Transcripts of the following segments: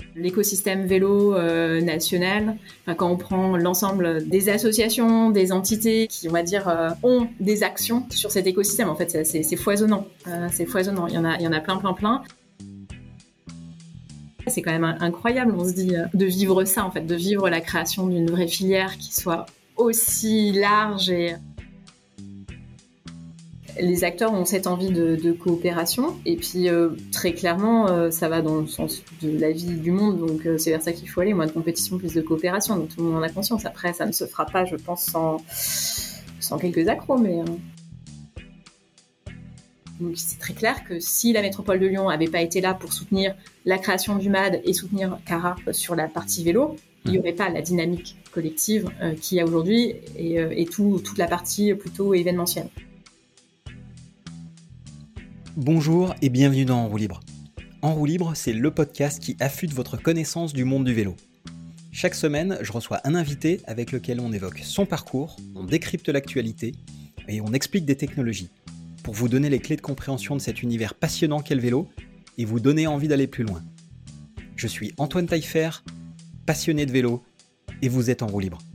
L'écosystème vélo national, quand on prend l'ensemble des associations, des entités qui, on va dire, ont des actions sur cet écosystème, en fait, c'est foisonnant. C'est foisonnant. Il y en a plein. C'est quand même incroyable, on se dit, de vivre ça, en fait, de vivre la création d'une vraie filière qui soit aussi large et... Les acteurs ont cette envie de coopération et puis très clairement ça va dans le sens de la vie du monde, donc c'est vers ça qu'il faut aller, moins de compétition, plus de coopération, donc tout le monde en a conscience. Après ça ne se fera pas, je pense, sans quelques accros, mais donc c'est très clair que si la métropole de Lyon n'avait pas été là pour soutenir la création du MAD et soutenir Cara sur la partie vélo, il n'y aurait pas la dynamique collective qu'il y a aujourd'hui et toute la partie plutôt événementielle. Bonjour et bienvenue dans En roue libre. En roue libre, c'est le podcast qui affûte votre connaissance du monde du vélo. Chaque semaine, je reçois un invité avec lequel on évoque son parcours, on décrypte l'actualité et on explique des technologies pour vous donner les clés de compréhension de cet univers passionnant qu'est le vélo et vous donner envie d'aller plus loin. Je suis Antoine Taillefer, passionné de vélo, et vous êtes en roue libre.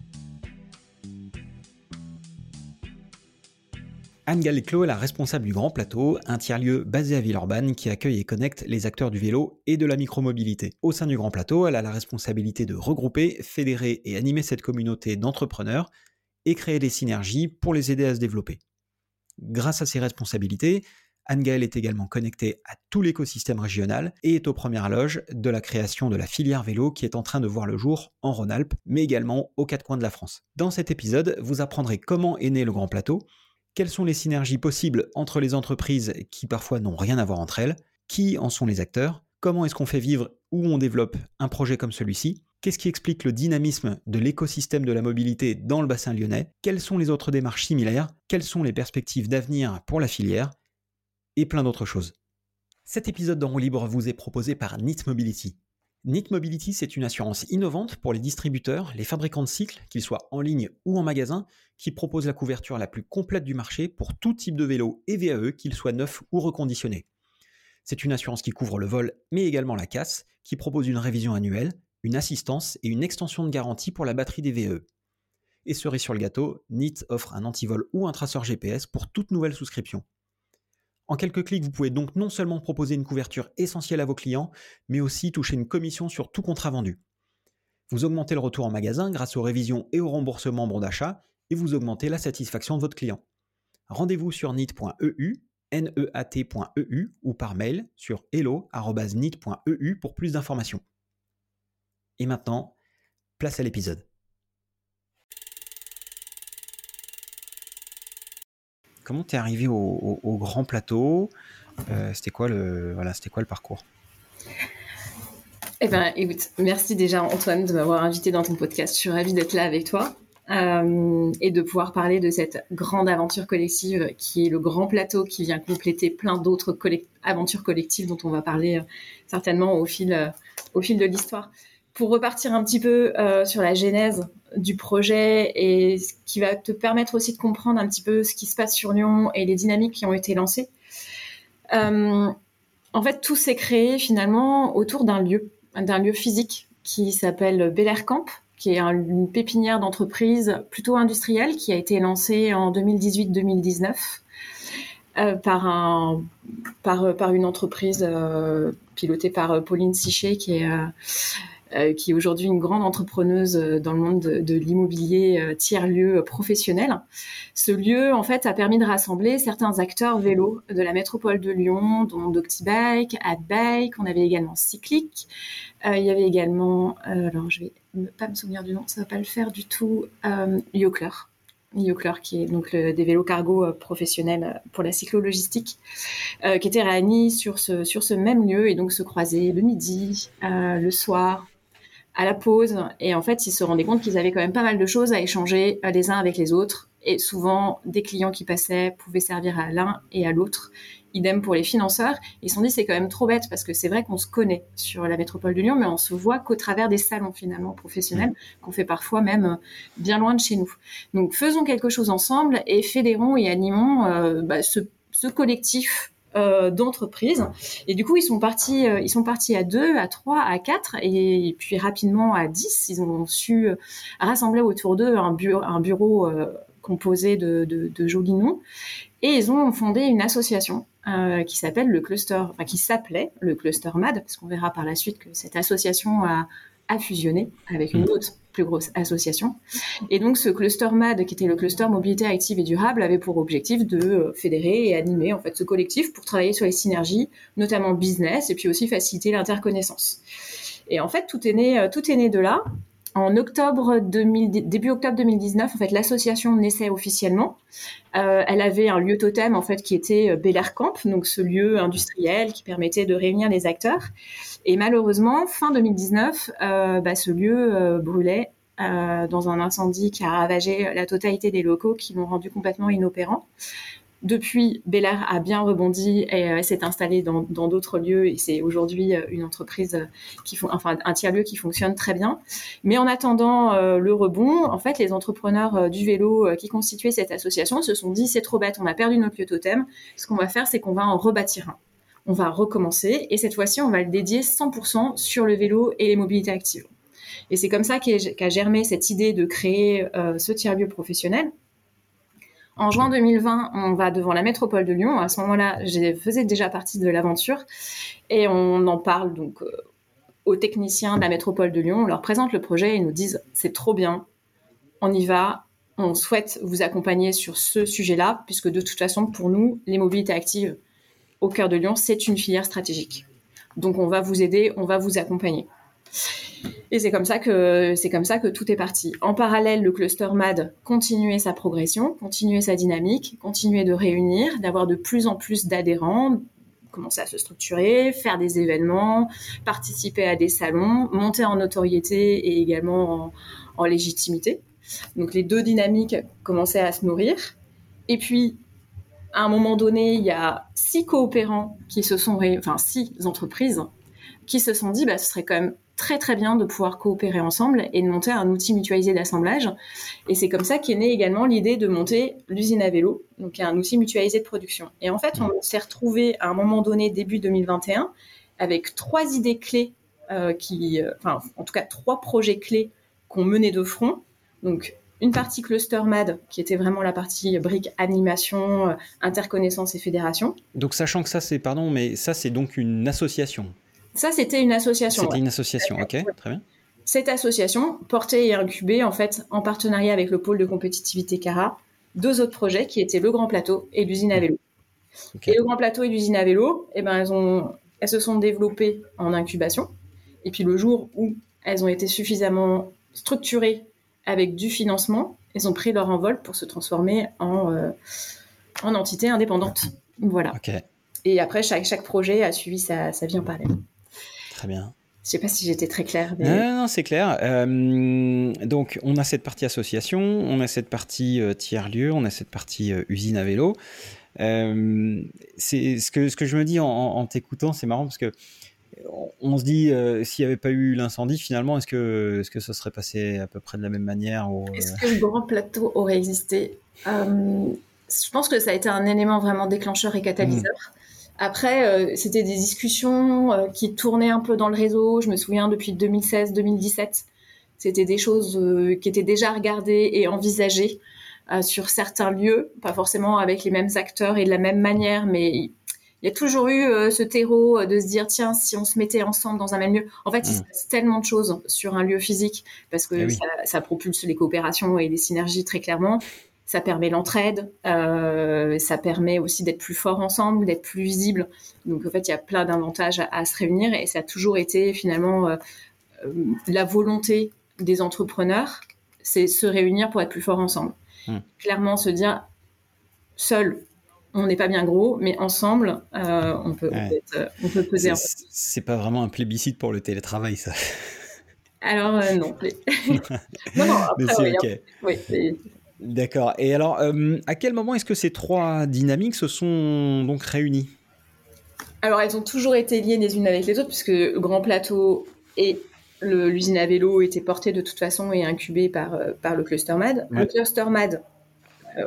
Anne Galleclo est la responsable du Grand Plateau, un tiers-lieu basé à Villeurbanne qui accueille et connecte les acteurs du vélo et de la micromobilité. Au sein du Grand Plateau, elle a la responsabilité de regrouper, fédérer et animer cette communauté d'entrepreneurs et créer des synergies pour les aider à se développer. Grâce à ses responsabilités, Anne-Gaëlle est également connectée à tout l'écosystème régional et est aux premières loges de la création de la filière vélo qui est en train de voir le jour en Rhône-Alpes, mais également aux quatre coins de la France. Dans cet épisode, vous apprendrez comment est né le Grand Plateau, quelles sont les synergies possibles entre les entreprises qui parfois n'ont rien à voir entre elles, qui en sont les acteurs, comment est-ce qu'on fait vivre ou on développe un projet comme celui-ci, qu'est-ce qui explique le dynamisme de l'écosystème de la mobilité dans le bassin lyonnais, quelles sont les autres démarches similaires, quelles sont les perspectives d'avenir pour la filière, et plein d'autres choses. Cet épisode d'En roue libre vous est proposé par NIT Mobility. NIT Mobility, c'est une assurance innovante pour les distributeurs, les fabricants de cycles, qu'ils soient en ligne ou en magasin, qui propose la couverture la plus complète du marché pour tout type de vélo et VAE, qu'ils soient neufs ou reconditionnés. C'est une assurance qui couvre le vol, mais également la casse, qui propose une révision annuelle, une assistance et une extension de garantie pour la batterie des VAE. Et cerise sur le gâteau, NIT offre un antivol ou un traceur GPS pour toute nouvelle souscription. En quelques clics, vous pouvez donc non seulement proposer une couverture essentielle à vos clients, mais aussi toucher une commission sur tout contrat vendu. Vous augmentez le retour en magasin grâce aux révisions et au remboursement bon d'achat, et vous augmentez la satisfaction de votre client. Rendez-vous sur nit.eu, neat.eu, ou par mail sur hello@nit.eu pour plus d'informations. Et maintenant, place à l'épisode. Comment t'es arrivé au Grand Plateau ? C'était quoi le parcours ? Eh ben, écoute, merci déjà Antoine de m'avoir invité dans ton podcast. Je suis ravie d'être là avec toi et de pouvoir parler de cette grande aventure collective qui est le Grand Plateau, qui vient compléter plein d'autres aventures collectives dont on va parler certainement au fil de l'histoire. Pour repartir un petit peu sur la genèse du projet et ce qui va te permettre aussi de comprendre un petit peu ce qui se passe sur Lyon et les dynamiques qui ont été lancées. En fait, tout s'est créé finalement autour d'un lieu physique qui s'appelle Bel Air Camp, qui est une pépinière d'entreprise plutôt industrielle qui a été lancée en 2018-2019 par une entreprise pilotée par Pauline Sichet qui est aujourd'hui une grande entrepreneuse dans le monde de l'immobilier tiers-lieu professionnel. Ce lieu, en fait, a permis de rassembler certains acteurs vélo de la métropole de Lyon, dont Doctibike, Adbike, on avait également Cyclic, il y avait également, alors je vais pas me souvenir du nom, ça va pas le faire du tout, Yocler, qui est donc des vélos cargo professionnels pour la cyclo-logistique, qui étaient réunis sur ce même lieu et donc se croisaient le midi, le soir, à la pause, et en fait ils se rendaient compte qu'ils avaient quand même pas mal de choses à échanger les uns avec les autres, et souvent des clients qui passaient pouvaient servir à l'un et à l'autre. Idem pour les financeurs. Ils se sont dit c'est quand même trop bête parce que c'est vrai qu'on se connaît sur la métropole de Lyon, mais on se voit qu'au travers des salons finalement professionnels qu'on fait parfois même bien loin de chez nous. Donc faisons quelque chose ensemble et fédérons et animons ce collectif d'entreprises. Et du coup, ils sont partis à 2, à 3, à 4, et puis rapidement à 10. Ils ont su rassembler autour d'eux un bureau composé de jolis noms. Et ils ont fondé une association qui s'appelait le Cluster MAD, parce qu'on verra par la suite que cette association a fusionné avec une autre plus grosse association. Et donc ce Cluster MAD, qui était le Cluster Mobilité Active et Durable, avait pour objectif de fédérer et animer en fait ce collectif pour travailler sur les synergies, notamment business, et puis aussi faciliter l'interconnaissance. Et en fait, tout est né de là. Début octobre 2019, en fait, l'association naissait officiellement. Elle avait un lieu totem, en fait, qui était Bel Air Camp, donc ce lieu industriel qui permettait de réunir les acteurs. Et malheureusement, fin 2019, ce lieu brûlait dans un incendie qui a ravagé la totalité des locaux, qui l'ont rendu complètement inopérant. Depuis, Bel Air a bien rebondi et s'est installé dans d'autres lieux, et c'est aujourd'hui une entreprise un tiers-lieu qui fonctionne très bien. Mais en attendant le rebond, en fait, les entrepreneurs du vélo qui constituaient cette association se sont dit, c'est trop bête, on a perdu notre lieu totem. Ce qu'on va faire, c'est qu'on va en rebâtir un. On va recommencer, et cette fois-ci, on va le dédier 100% sur le vélo et les mobilités actives. Et c'est comme ça qu'a germé cette idée de créer ce tiers-lieu professionnel. En juin 2020, on va devant la métropole de Lyon. À ce moment-là, je faisais déjà partie de l'aventure, et on en parle donc aux techniciens de la métropole de Lyon. On leur présente le projet et ils nous disent « c'est trop bien, on y va, on souhaite vous accompagner sur ce sujet-là, puisque de toute façon, pour nous, les mobilités actives au cœur de Lyon, c'est une filière stratégique. Donc on va vous aider, on va vous accompagner ». Et c'est comme ça que tout est parti. En parallèle, le Cluster MAD continuait sa progression, continuait sa dynamique, continuait de réunir, d'avoir de plus en plus d'adhérents, commencer à se structurer, faire des événements, participer à des salons, monter en notoriété et également en légitimité. Donc les deux dynamiques commençaient à se nourrir. Et puis, à un moment donné, il y a 6 coopérants qui se sont 6 entreprises qui se sont dit, ce serait quand même très très bien de pouvoir coopérer ensemble et de monter un outil mutualisé d'assemblage. Et c'est comme ça qu'est née également l'idée de monter l'usine à vélo, donc un outil mutualisé de production. Et en fait, on s'est retrouvé à un moment donné, début 2021, avec 3 idées clés, en tout cas 3 projets clés qu'on menait de front. Donc une partie Cluster MAD, qui était vraiment la partie brique animation, interconnaissance et fédération. Donc sachant que ça c'est donc une association. Ça, c'était une association. C'était une association, ok, très bien. Cette association portait et incubait, en fait, en partenariat avec le pôle de compétitivité CARA, 2 autres projets qui étaient le Grand Plateau et l'usine à vélo. Okay. Et le Grand Plateau et l'usine à vélo, elles se sont développées en incubation. Et puis le jour où elles ont été suffisamment structurées avec du financement, elles ont pris leur envol pour se transformer en entité indépendante. Voilà. Okay. Et après, chaque projet a suivi sa vie en parallèle. Très bien. Je ne sais pas si j'étais très claire. Mais... Non, c'est clair. Donc, on a cette partie association, on a cette partie tiers-lieu, on a cette partie usine à vélo. C'est ce que je me dis en t'écoutant, c'est marrant parce que on se dit, s'il n'y avait pas eu l'incendie, finalement, est-ce que ça serait passé à peu près de la même manière Est-ce que le Grand Plateau aurait existé Je pense que ça a été un élément vraiment déclencheur et catalyseur. Après, c'était des discussions qui tournaient un peu dans le réseau. Je me souviens, depuis 2016-2017, c'était des choses qui étaient déjà regardées et envisagées sur certains lieux, pas forcément avec les mêmes acteurs et de la même manière, mais il y a toujours eu ce terreau de se dire, tiens, si on se mettait ensemble dans un même lieu. En fait, il se passe tellement de choses sur un lieu physique, parce que ça propulse les coopérations et les synergies très clairement. Ça permet l'entraide, ça permet aussi d'être plus fort ensemble, d'être plus visible. Donc en fait, il y a plein d'avantages à se réunir, et ça a toujours été finalement la volonté des entrepreneurs, c'est se réunir pour être plus fort ensemble. Clairement, se dire seul, on n'est pas bien gros, mais ensemble, on peut peser un peu. C'est pas vraiment un plébiscite pour le télétravail, ça. Alors non. non, après, mais c'est ok. Oui. D'accord. Et alors, à quel moment est-ce que ces 3 dynamiques se sont donc réunies ? Alors, elles ont toujours été liées les unes avec les autres, puisque le Grand Plateau et l'usine à vélo étaient portés de toute façon et incubés par le Cluster MAD. Ouais. Le Cluster MAD,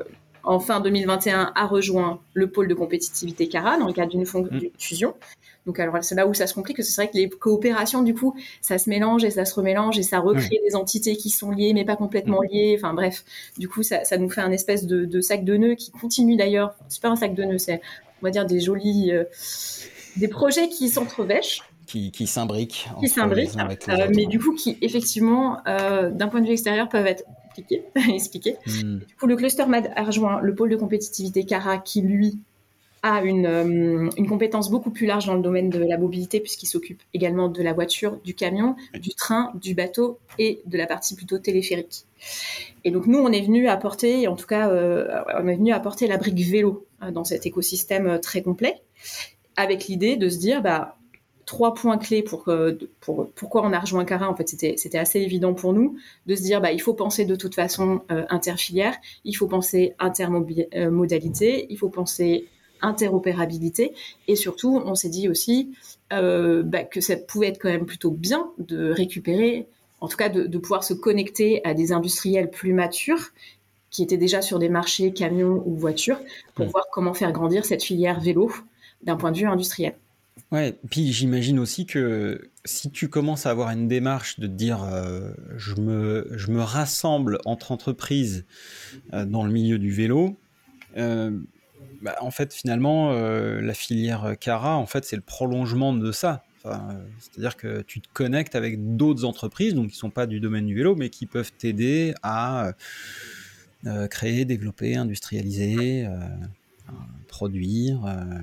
en fin 2021, a rejoint le pôle de compétitivité Cara dans le cadre d'une fusion. Donc, alors, c'est là où ça se complique, parce que c'est vrai que les coopérations, du coup, ça se mélange et ça se remélange et ça recrée des entités qui sont liées, mais pas complètement liées. Enfin, bref, du coup, ça nous fait un espèce de sac de nœuds qui continue d'ailleurs. C'est pas un sac de nœuds, c'est, on va dire, des jolis, des projets qui s'entrevêchent. Qui s'imbriquent Qui s'imbriquent, les uns avec les autres. mais du coup, qui, effectivement, d'un point de vue extérieur, peuvent être expliqués. Du coup, le Cluster Med a rejoint le pôle de compétitivité Cara, qui, lui, a une compétence beaucoup plus large dans le domaine de la mobilité, puisqu'il s'occupe également de la voiture, du camion, du train, du bateau et de la partie plutôt téléphérique. Et donc, nous, on est venu apporter, en tout cas, on est venu apporter la brique vélo dans cet écosystème très complet, avec l'idée de se dire, 3 points clés pour pourquoi on a rejoint Cara. En fait, c'était assez évident pour nous de se dire, il faut penser de toute façon interfilière, il faut penser intermodalité, il faut penser interopérabilité, et surtout, on s'est dit aussi que ça pouvait être quand même plutôt bien de récupérer, en tout cas de pouvoir se connecter à des industriels plus matures qui étaient déjà sur des marchés camions ou voitures pour voir comment faire grandir cette filière vélo d'un point de vue industriel. Ouais, puis j'imagine aussi que si tu commences à avoir une démarche de te dire je me rassemble entre entreprises dans le milieu du vélo, en fait finalement la filière Cara, en fait c'est le prolongement de ça. C'est-à-dire que tu te connectes avec d'autres entreprises, donc qui ne sont pas du domaine du vélo, mais qui peuvent t'aider à créer, développer, industrialiser, produire...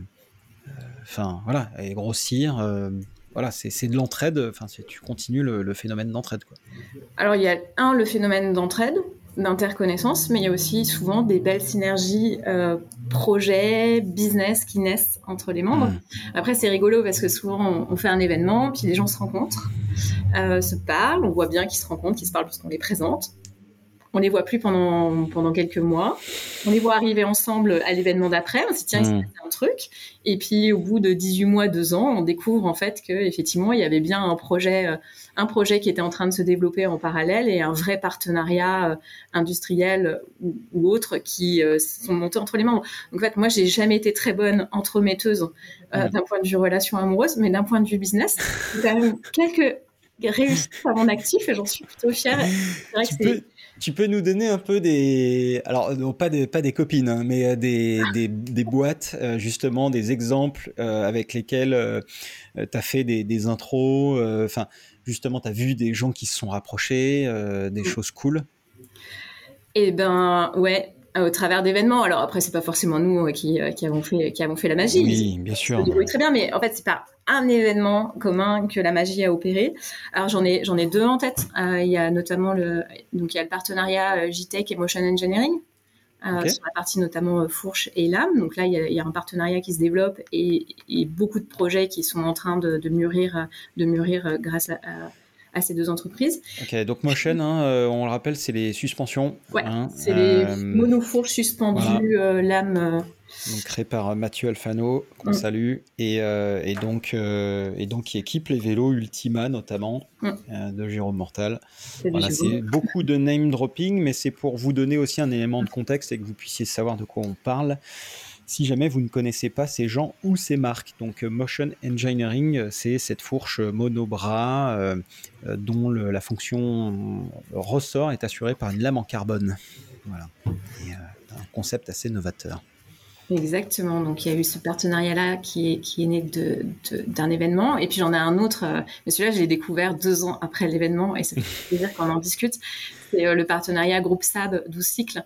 voilà, et grossir, voilà, c'est de l'entraide, tu continues le phénomène d'entraide, quoi. Alors, il y a le phénomène d'entraide, d'interconnaissance, mais il y a aussi souvent des belles synergies projets, business qui naissent entre les membres. Après, c'est rigolo parce que souvent, on fait un événement, puis les gens se rencontrent, se parlent, on voit bien qu'ils se rencontrent, qu'ils se parlent parce qu'on les présente. On les voit plus pendant quelques mois. On les voit arriver ensemble à l'événement d'après. On se dit, tiens, il s'est passé un truc. Et puis, au bout de 18 mois, 2 ans, on découvre en fait qu'effectivement, il y avait bien un projet qui était en train de se développer en parallèle et un vrai partenariat industriel ou autre qui sont montés entre les membres. Donc, en fait, moi, j'ai jamais été très bonne entremetteuse d'un point de vue relation amoureuse, mais d'un point de vue business, j'ai quand même quelques réussites à mon actif et j'en suis plutôt fière. C'est vrai que tu peux nous donner un peu alors non, pas des copines, hein, mais des boîtes, justement, des exemples avec lesquels tu as fait des intros, justement, tu as vu des gens qui se sont rapprochés, des choses cool. Eh ben, ouais, au travers d'événements. Alors après, c'est pas forcément nous qui avons fait la magie. Oui, bien sûr. Ça se débrouille très bien, mais en fait, c'est pas un événement commun que la magie a opéré. Alors j'en ai 2 en tête. Il y a notamment il y a le partenariat JTech et Motion Engineering. Sur la partie notamment fourche et lame. Donc là, il y a un partenariat qui se développe et beaucoup de projets qui sont en train de mûrir grâce à ces 2 entreprises. Ok, donc Motion, on le rappelle, c'est les suspensions. Ouais, c'est les monofourches suspendues, voilà. Lames. Donc créé par Mathieu Alfano, qu'on salue, et donc qui équipe les vélos Ultima notamment, de Jérôme Mortal. Voilà, c'est beaucoup de name dropping, mais c'est pour vous donner aussi un élément de contexte et que vous puissiez savoir de quoi on parle. Si jamais vous ne connaissez pas ces gens ou ces marques, donc Motion Engineering, c'est cette fourche monobras dont la fonction ressort est assurée par une lame en carbone. Voilà, et un concept assez novateur. Exactement, donc il y a eu ce partenariat-là qui est né d'un événement, et puis j'en ai un autre, mais celui-là je l'ai découvert 2 ans après l'événement, et ça fait plaisir qu'on en discute, c'est le partenariat groupe SAB 12 cycles,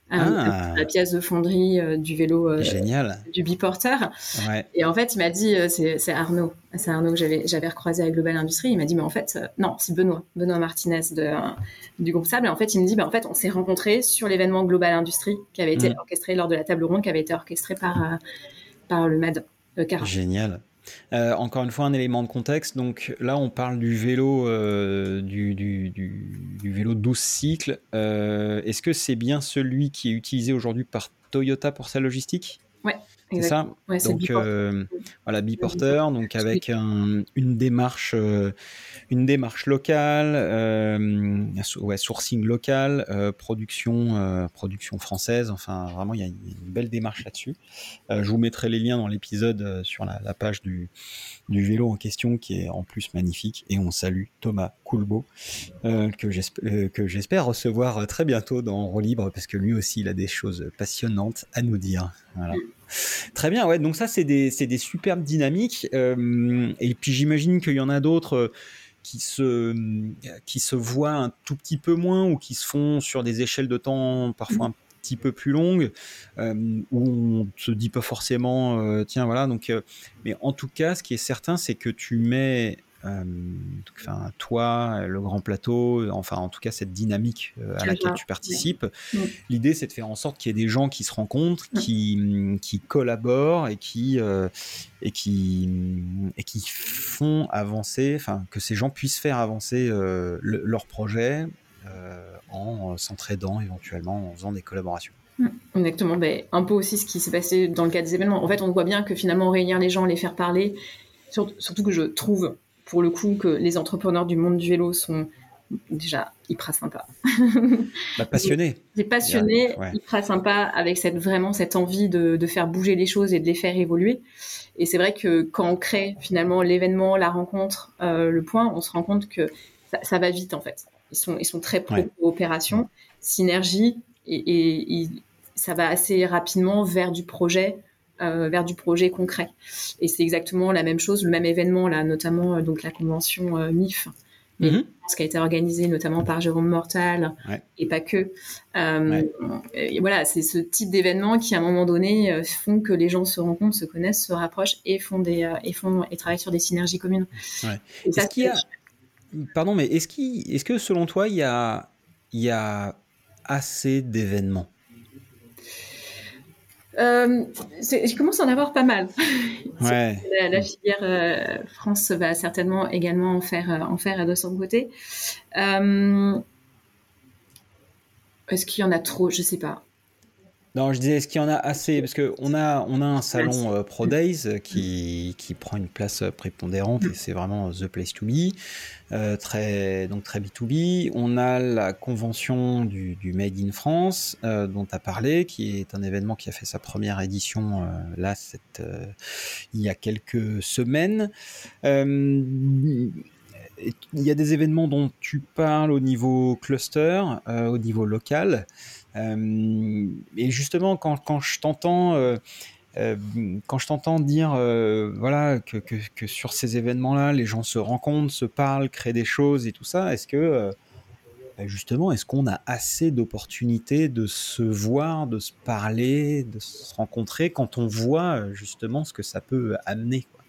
la pièce de fonderie du vélo génial. Du biporteur. Ouais. Et en fait il m'a dit, c'est Arnaud que j'avais recroisé à Global Industries, il m'a dit mais en fait non, c'est Benoît Martinez du groupe Sable, et en fait il me dit en fait on s'est rencontrés sur l'événement Global Industries qui avait été orchestré lors de la table ronde qui avait été orchestrée par le MAD Cara. Génial. Encore une fois, un élément de contexte. Donc là, on parle du vélo, du vélo 12 cycles. Est-ce que c'est bien celui qui est utilisé aujourd'hui par Toyota pour sa logistique ? Ouais. c'est ça. Ouais, c'est Donc voilà, biporteur, donc avec une démarche locale, sourcing local, production française. Enfin, vraiment, il y a une belle démarche là-dessus. Je vous mettrai les liens dans l'épisode sur la page du vélo en question, qui est en plus magnifique. Et on salue Thomas Coulbeau, que j'espère recevoir très bientôt dans Relibre, parce que lui aussi, il a des choses passionnantes à nous dire. Voilà. Très bien, ouais. Donc ça, c'est des superbes dynamiques. Et puis j'imagine qu'il y en a d'autres qui se voient un tout petit peu moins, ou qui se font sur des échelles de temps parfois un petit peu plus longues, où on se dit pas forcément tiens, voilà. Donc mais en tout cas, ce qui est certain, c'est que tu mets toi, le Grand Plateau, enfin en tout cas cette dynamique à laquelle tu participes. L'idée, c'est de faire en sorte qu'il y ait des gens qui se rencontrent, qui collaborent et qui font avancer, enfin que ces gens puissent faire avancer leur projet en s'entraidant éventuellement, en faisant des collaborations. Exactement, un peu aussi ce qui s'est passé dans le cas des événements. En fait, on voit bien que finalement réunir les gens, les faire parler, surtout que je trouve pour le coup que les entrepreneurs du monde du vélo sont déjà hyper sympas. Passionnés. Des passionnés, hyper sympas, avec cette envie de faire bouger les choses et de les faire évoluer. Et c'est vrai que quand on crée finalement l'événement, la rencontre, le point, on se rend compte que ça va vite en fait. Ils sont très pro-coopération, synergie, et ça va assez rapidement vers du projet concret. Et c'est exactement la même chose, le même événement là, notamment donc la convention MIF, ce qui a été organisé notamment par Jérôme Mortal et pas que. Et voilà, c'est ce type d'événements qui à un moment donné font que les gens se rencontrent, se connaissent, se rapprochent et et travaillent sur des synergies communes. Ouais. Pardon, mais est-ce que selon toi il y a assez d'événements? Je commence à en avoir pas mal. Ouais. La filière France va certainement également en faire de son côté. Est-ce qu'il y en a trop? Je sais pas. Non, je disais, est-ce qu'il y en a assez? Parce qu'on a un salon Pro Days qui prend une place prépondérante, et c'est vraiment the place to be, très B2B. On a la convention du Made in France, dont tu as parlé, qui est un événement qui a fait sa première édition il y a quelques semaines. Il y a des événements dont tu parles au niveau cluster, au niveau local. Et justement, quand je t'entends dire voilà, que sur ces événements-là, les gens se rencontrent, se parlent, créent des choses et tout ça, est-ce que justement, est-ce qu'on a assez d'opportunités de se voir, de se parler, de se rencontrer, quand on voit justement ce que ça peut amener, quoi?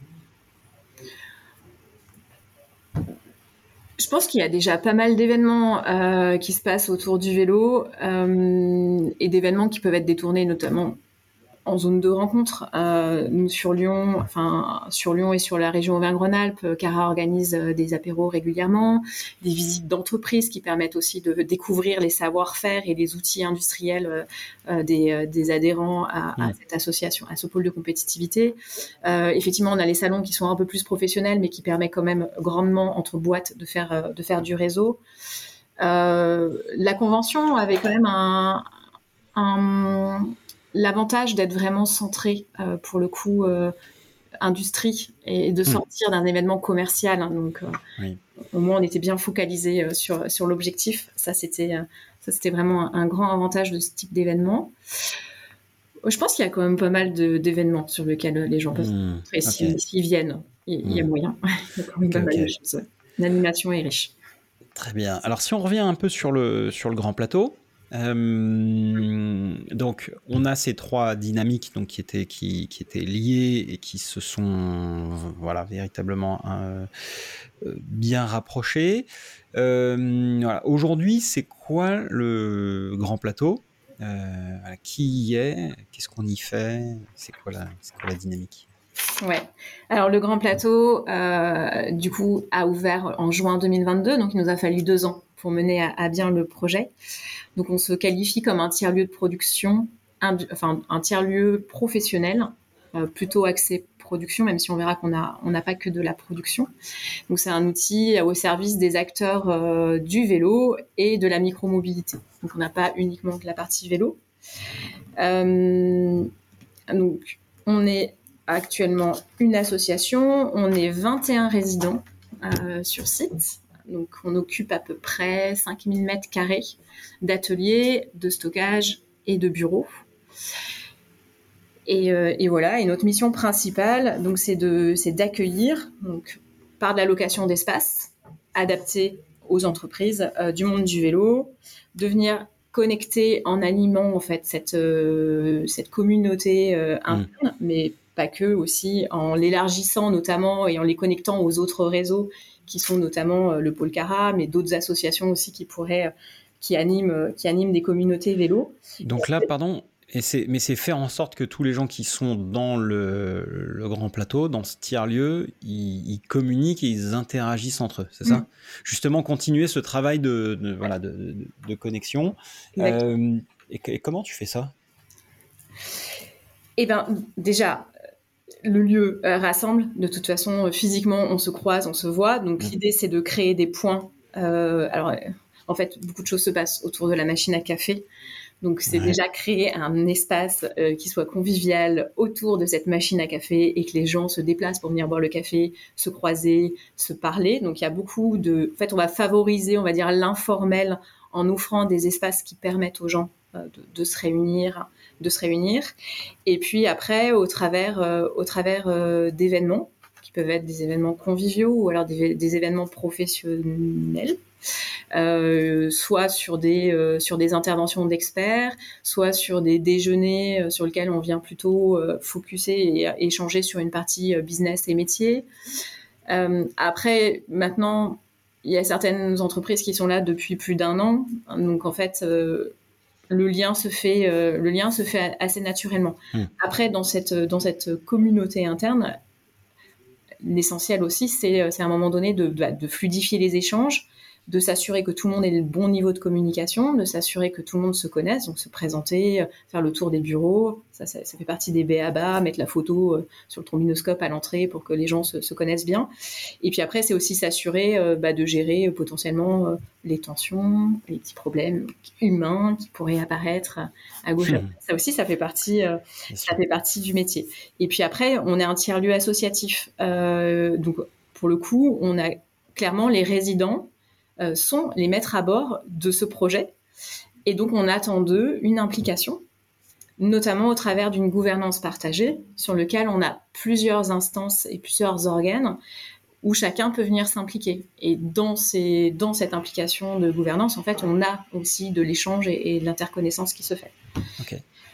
Je pense qu'il y a déjà pas mal d'événements qui se passent autour du vélo, et d'événements qui peuvent être détournés notamment en zone de rencontre. Nous sur Lyon et sur la région Auvergne-Rhône-Alpes, Cara organise des apéros régulièrement, des visites d'entreprises qui permettent aussi de découvrir les savoir-faire et les outils industriels des adhérents à cette association, à ce pôle de compétitivité. Effectivement, on a les salons qui sont un peu plus professionnels, mais qui permettent quand même grandement entre boîtes de faire du réseau. La convention avait quand même l'avantage d'être vraiment centré pour le coup industrie, et de sortir d'un événement commercial, hein, donc au moins on était bien focalisé sur l'objectif. Ça c'était vraiment un grand avantage de ce type d'événement. Je pense qu'il y a quand même pas mal d'événements sur lesquels les gens peuvent rentrer s'ils viennent. Il y a moyen. Il y a quand même pas mal de choses. L'animation est riche. Très bien. Alors si on revient un peu sur le Grand Plateau, donc on a ces trois dynamiques donc qui étaient liées et qui se sont véritablement bien rapprochées. Voilà. Aujourd'hui, c'est quoi le Grand Plateau? Qui y est? Qu'est-ce qu'on y fait? C'est quoi la dynamique? Ouais. Alors le Grand Plateau, du coup, a ouvert en juin 2022, donc il nous a fallu 2 ans pour mener à bien le projet. Donc on se qualifie comme un tiers-lieu de production, un tiers-lieu professionnel plutôt axé production, même si on verra qu'on n'a pas que de la production. Donc c'est un outil au service des acteurs du vélo et de la micromobilité. Donc on n'a pas uniquement que la partie vélo. Donc on est actuellement une association, on est 21 résidents sur site. Donc on occupe à peu près 5000 mètres carrés d'ateliers, de stockage et de bureaux. Et voilà, et notre mission principale, donc, c'est d'accueillir, donc, par de la location d'espace, adapté aux entreprises du monde du vélo, de venir connecter en animant en fait cette communauté interne, mais pas que, aussi en l'élargissant notamment et en les connectant aux autres réseaux qui sont notamment le Pôle Cara, mais d'autres associations aussi qui animent des communautés vélo. Donc là, pardon, mais c'est faire en sorte que tous les gens qui sont dans le grand plateau, dans ce tiers-lieu, ils communiquent et ils interagissent entre eux, c'est ça? Justement, continuer ce travail de connexion. Et comment tu fais ça? Eh bien, déjà, le lieu rassemble. De toute façon, physiquement, on se croise, on se voit. Donc, l'idée, c'est de créer des points. Alors, en fait, beaucoup de choses se passent autour de la machine à café. Donc, c'est déjà créer un espace qui soit convivial autour de cette machine à café et que les gens se déplacent pour venir boire le café, se croiser, se parler. Donc, il y a beaucoup de... En fait, on va favoriser, on va dire, l'informel en offrant des espaces qui permettent aux gens de se réunir. Et puis après, au travers d'événements qui peuvent être des événements conviviaux ou alors des événements professionnels, soit sur des interventions d'experts, soit sur des déjeuners sur lesquels on vient plutôt focuser et échanger sur une partie business et métier. Après, maintenant, il y a certaines entreprises qui sont là depuis plus d'1 an, donc en fait le lien se fait assez naturellement. Après, dans cette communauté interne, l'essentiel aussi, c'est à un moment donné de fluidifier les échanges, de s'assurer que tout le monde ait le bon niveau de communication, de s'assurer que tout le monde se connaisse, donc se présenter, faire le tour des bureaux, ça fait partie des b.a.-ba, mettre la photo sur le trombinoscope à l'entrée pour que les gens se connaissent bien. Et puis après, c'est aussi s'assurer de gérer potentiellement les tensions, les petits problèmes humains qui pourraient apparaître à gauche. Ça aussi, ça fait partie du métier. Et puis après, on est un tiers-lieu associatif. Donc, pour le coup, on a clairement les résidents sont les maîtres à bord de ce projet. Et donc, on attend d'eux une implication, notamment au travers d'une gouvernance partagée sur laquelle on a plusieurs instances et plusieurs organes où chacun peut venir s'impliquer. Et dans cette implication de gouvernance, en fait, on a aussi de l'échange et de l'interconnaissance qui se fait. Ok.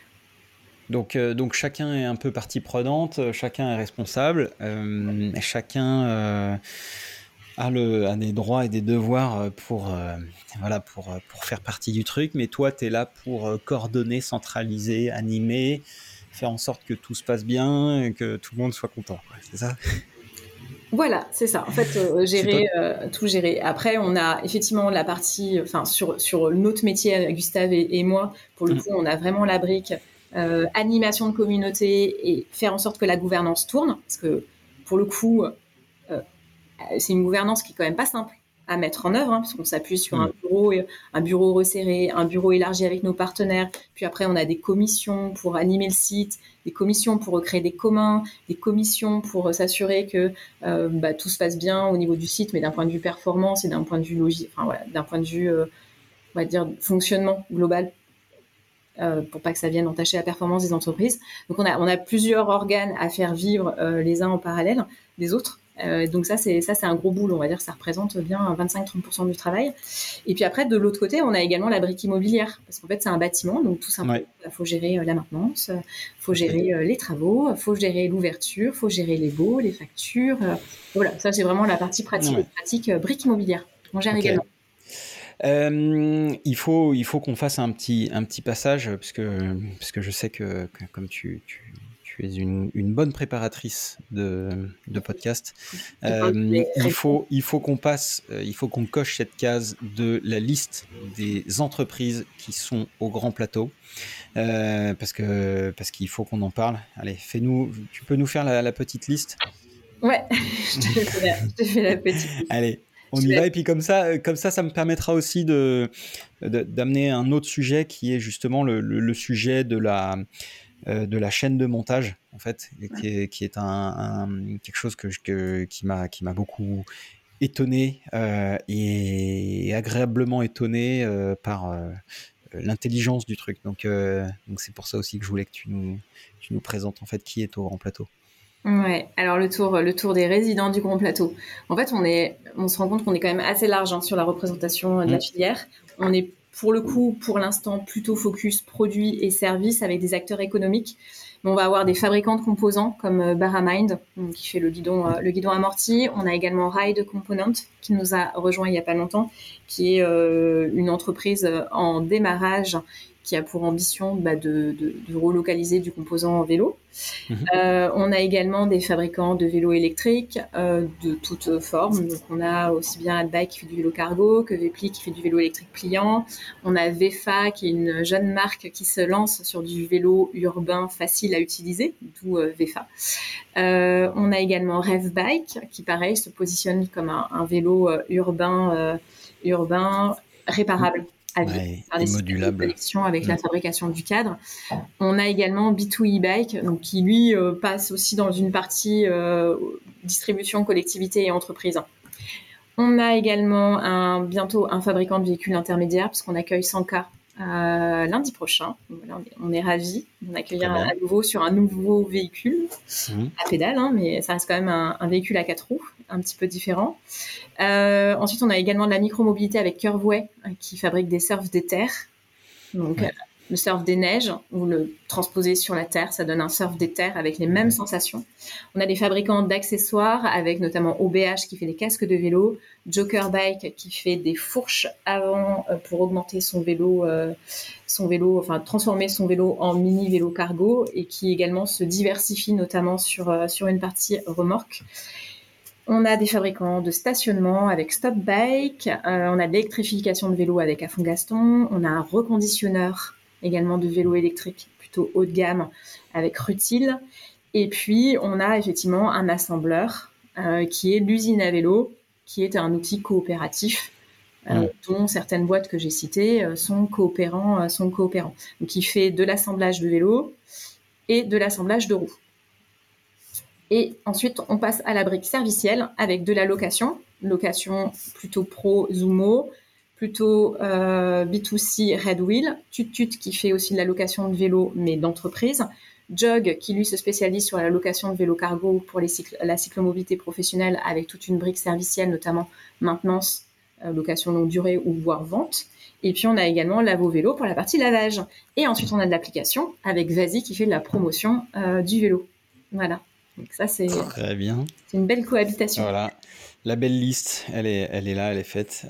Donc chacun est un peu partie prenante, chacun est responsable, chacun a des droits et des devoirs pour faire partie du truc, mais toi, tu es là pour coordonner, centraliser, animer, faire en sorte que tout se passe bien et que tout le monde soit content, c'est ça? Voilà, c'est ça. En fait, tout gérer. Après, on a effectivement la partie, sur notre métier, Gustave et moi, pour le coup, on a vraiment la brique animation de communauté et faire en sorte que la gouvernance tourne, parce que pour le coup, c'est une gouvernance qui est quand même pas simple à mettre en œuvre, parce qu'on s'appuie sur un bureau resserré, un bureau élargi avec nos partenaires. Puis après, on a des commissions pour animer le site, des commissions pour recréer des communs, des commissions pour s'assurer que tout se passe bien au niveau du site, mais d'un point de vue performance et d'un point de vue logique, d'un point de vue, on va dire, fonctionnement global, pour pas que ça vienne entacher la performance des entreprises. Donc on a plusieurs organes à faire vivre les uns en parallèle des autres. Donc ça c'est un gros boulot, on va dire que ça représente bien 25-30% du travail. Et puis après, de l'autre côté, on a également la brique immobilière, parce qu'en fait c'est un bâtiment, donc tout simplement il faut gérer la maintenance, faut gérer les travaux, faut gérer l'ouverture, faut gérer les baux, les factures. Voilà, ça c'est vraiment la partie pratique brique immobilière. On gère également. Il faut qu'on fasse un petit passage parce que je sais que comme tu tu es une bonne préparatrice de podcast. Il Il faut qu'on coche cette case de la liste des entreprises qui sont au Grand Plateau, parce qu'il faut qu'on en parle. Allez, tu peux nous faire la petite liste? Ouais, je te fais la petite liste. Allez, on y va. Et puis comme ça, ça me permettra aussi d'amener un autre sujet qui est justement le sujet de la chaîne de montage, en fait, qui est quelque chose qui m'a beaucoup étonné, et agréablement étonné par l'intelligence du truc. Donc c'est pour ça aussi que je voulais que tu nous présentes en fait qui est au Grand Plateau. Ouais, alors le tour des résidents du Grand Plateau. En fait, on se rend compte qu'on est quand même assez large sur la représentation de la filière. On est pour le coup, pour l'instant, plutôt focus produits et services avec des acteurs économiques. Mais on va avoir des fabricants de composants comme Baramind, qui fait le guidon amorti. On a également Ride Component, qui nous a rejoint il n'y a pas longtemps, qui est une entreprise en démarrage qui a pour ambition de relocaliser du composant en vélo. On a également des fabricants de vélos électriques de toutes formes. Donc on a aussi bien Adbike qui fait du vélo cargo que Vepli qui fait du vélo électrique pliant. On a Vefa qui est une jeune marque qui se lance sur du vélo urbain facile à utiliser, d'où Vefa. On a également Revbike qui pareil se positionne comme un vélo urbain réparable. Et modulable. Avec la fabrication du cadre. On a également B2 e-bike, donc qui lui passe aussi dans une partie distribution, collectivité et entreprise. On a également bientôt un fabricant de véhicules intermédiaires, puisqu'on accueille Sanka lundi prochain. Voilà, on est ravis d'en accueillir à nouveau sur un nouveau véhicule à pédale, mais ça reste quand même un véhicule à 4 roues, un petit peu différent. Ensuite, on a également de la micromobilité avec Curveway, qui fabrique des surfs des terres. Donc, le surf des neiges, ou le transposer sur la terre, ça donne un surf des terres avec les mêmes sensations. On a des fabricants d'accessoires avec notamment OBH qui fait des casques de vélo, Joker Bike qui fait des fourches avant pour augmenter son vélo, enfin transformer son vélo en mini vélo cargo, et qui également se diversifie notamment sur une partie remorque. On a des fabricants de stationnement avec Stop Bike, on a de l'électrification de vélos avec Afon-Gaston, on a un reconditionneur également de vélos électriques plutôt haut de gamme avec Rutil, et puis on a effectivement un assembleur qui est l'usine à vélo, qui est un outil coopératif dont certaines boîtes que j'ai citées sont coopérants. Donc il fait de l'assemblage de vélos et de l'assemblage de roues. Et ensuite, on passe à la brique servicielle avec de la location plutôt pro Zumo, plutôt B2C Red Wheel, Tutut qui fait aussi de la location de vélo mais d'entreprise, Jog qui lui se spécialise sur la location de vélo cargo pour la cyclomobilité professionnelle avec toute une brique servicielle, notamment maintenance, location longue durée ou voire vente. Et puis on a également Lavo Vélo pour la partie lavage. Et ensuite on a de l'application avec Vazi qui fait de la promotion du vélo. Voilà. Donc ça, c'est très bien. C'est une belle cohabitation. Voilà, la belle liste, elle est là, elle est faite.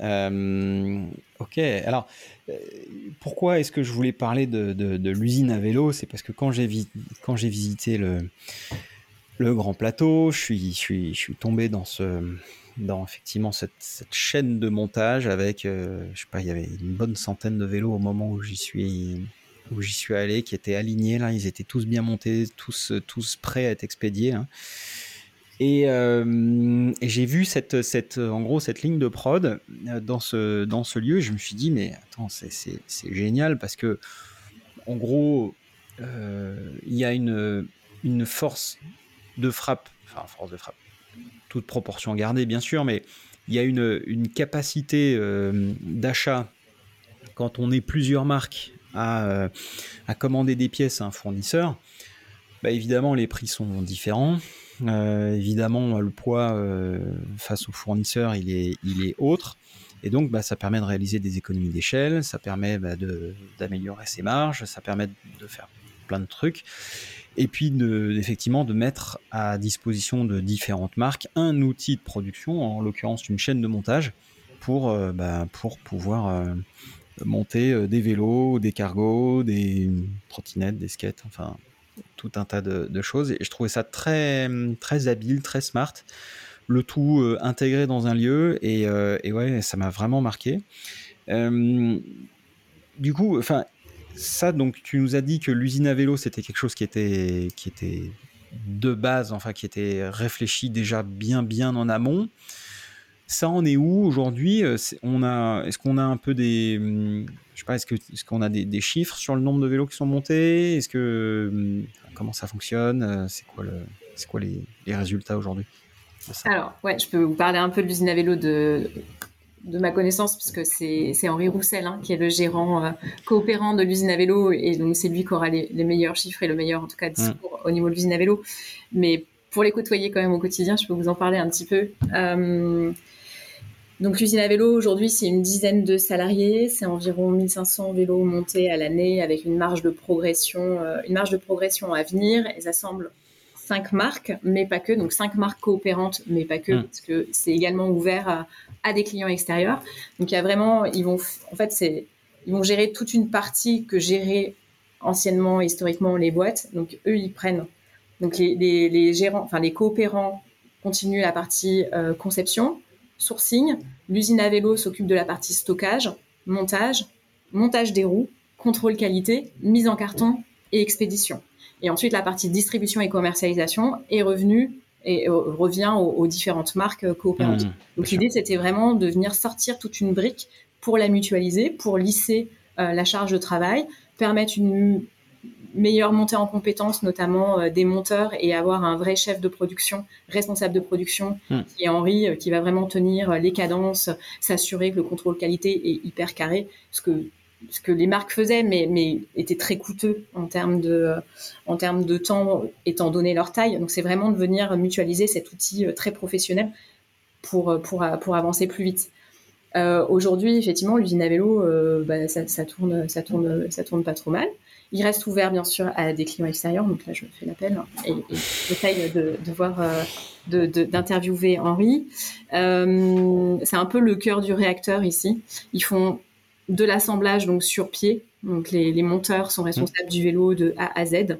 Ok, alors pourquoi est-ce que je voulais parler de l'usine à vélo? C'est parce que quand j'ai visité le Grand Plateau, je suis tombé dans effectivement cette chaîne de montage avec, je sais pas, il y avait une bonne centaine de vélos au moment où j'y suis allé, qui étaient alignés là, ils étaient tous bien montés, tous prêts à être expédiés. Hein. Et j'ai vu en gros cette ligne de prod dans ce lieu. Je me suis dit mais attends, c'est génial parce que en gros il y a une force de frappe, toute proportion gardée bien sûr, mais il y a une capacité d'achat quand on est plusieurs marques à commander des pièces à un fournisseur. Bah évidemment les prix sont différents, évidemment le poids face au fournisseur il est autre, et donc ça permet de réaliser des économies d'échelle, ça permet d'améliorer ses marges, ça permet de faire plein de trucs, et puis effectivement de mettre à disposition de différentes marques un outil de production, en l'occurrence une chaîne de montage pour pouvoir monter des vélos, des cargos, des trottinettes, des skates, enfin tout un tas de choses. Et je trouvais ça très, très habile, très smart. Le tout intégré dans un lieu. Et ouais, ça m'a vraiment marqué. Du coup, enfin, ça, donc, tu nous as dit que l'usine à vélo, c'était quelque chose qui était de base, enfin, qui était réfléchi déjà bien en amont. Ça en est où aujourd'hui? Est-ce qu'on a un peu je sais pas, est-ce qu'on a des chiffres sur le nombre de vélos qui sont montés? Comment ça fonctionne? C'est quoi les résultats aujourd'hui de ça? Alors, ouais, je peux vous parler un peu de l'usine à vélo de ma connaissance, puisque c'est Henri Roussel, qui est le gérant coopérant de l'usine à vélo, et donc c'est lui qui aura les meilleurs chiffres et le meilleur, en tout cas, discours au niveau de l'usine à vélo. Mais pour les côtoyer quand même au quotidien, je peux vous en parler un petit peu. Donc l'usine à vélo, aujourd'hui, c'est une dizaine de salariés, c'est environ 1500 vélos montés à l'année, avec une marge de progression à venir. Elles assemblent 5 marques, mais pas que, donc 5 marques coopérantes, mais pas que, parce que c'est également ouvert à des clients extérieurs. Donc il y a vraiment, ils vont gérer toute une partie que géraient anciennement, historiquement, les boîtes. Donc eux, ils prennent, donc les gérants, enfin les coopérants continuent la partie conception, sourcing. L'usine à vélo s'occupe de la partie stockage, montage des roues, contrôle qualité, mise en carton et expédition. Et ensuite, la partie distribution et commercialisation est revenue et revient aux différentes marques coopérantes. Donc l'idée, c'était vraiment de venir sortir toute une brique pour la mutualiser, pour lisser la charge de travail, permettre une meilleure montée en compétences, notamment des monteurs, et avoir un vrai chef de production, responsable de production, qui est Henri, qui va vraiment tenir les cadences, s'assurer que le contrôle qualité est hyper carré, ce que les marques faisaient, mais était très coûteux en termes de temps, étant donné leur taille. Donc c'est vraiment de venir mutualiser cet outil très professionnel pour avancer plus vite. Aujourd'hui, effectivement, l'usine à vélo, ça tourne pas trop mal. Il reste ouvert, bien sûr, à des clients extérieurs. Donc là, je fais l'appel et j'essaye d'interviewer Henri. C'est un peu le cœur du réacteur ici. Ils font de l'assemblage donc sur pied. Donc les monteurs sont responsables du vélo de A à Z.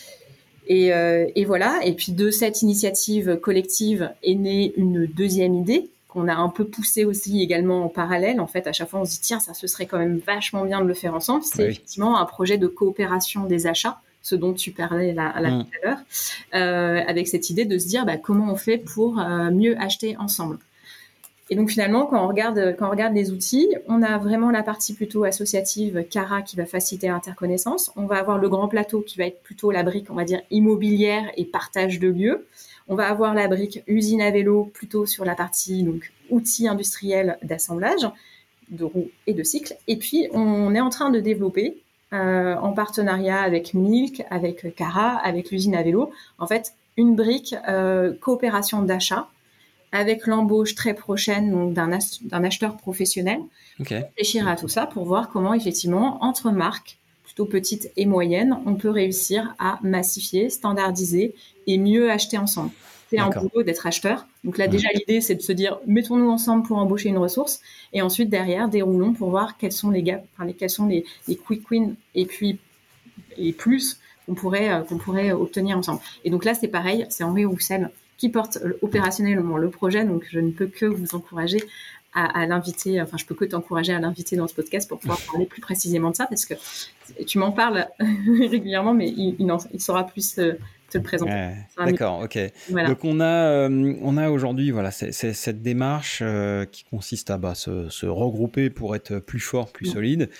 Et voilà. Et puis de cette initiative collective est née une deuxième idée qu'on a un peu poussée aussi également en parallèle. En fait, à chaque fois, on se dit tiens, ça, ce serait quand même vachement bien de le faire ensemble. C'est effectivement un projet de coopération des achats, ce dont tu parlais là tout à l'heure, avec cette idée de se dire comment on fait pour mieux acheter ensemble. Et donc finalement, quand on regarde les outils, on a vraiment la partie plutôt associative Cara qui va faciliter l'interconnaissance. On va avoir le grand plateau qui va être plutôt la brique, on va dire, immobilière et partage de lieux. On va avoir la brique usine à vélo plutôt sur la partie donc outils industriels d'assemblage de roues et de cycles. Et puis on est en train de développer en partenariat avec Milk, avec Cara, avec l'usine à vélo, en fait une brique coopération d'achat avec l'embauche très prochaine donc, d'un acheteur professionnel. Réfléchir à tout ça pour voir comment effectivement entre marques plutôt petites et moyennes, on peut réussir à massifier, standardiser et mieux acheter ensemble. C'est un boulot d'être acheteur. Donc là, déjà, l'idée, c'est de se dire, mettons-nous ensemble pour embaucher une ressource. Et ensuite, derrière, déroulons pour voir quels sont les gaps, quels sont les quick wins et puis les plus qu'on pourrait obtenir ensemble. Et donc là, c'est pareil, c'est Henri Roussel qui porte opérationnellement le projet. Donc, je ne peux que vous encourager à l'inviter, enfin, je peux que t'encourager à l'inviter dans ce podcast pour pouvoir parler plus précisément de ça, parce que tu m'en parles régulièrement, mais il saura plus te le présenter. D'accord, ok. Voilà. Donc on a aujourd'hui cette démarche qui consiste à se regrouper pour être plus fort, plus solide.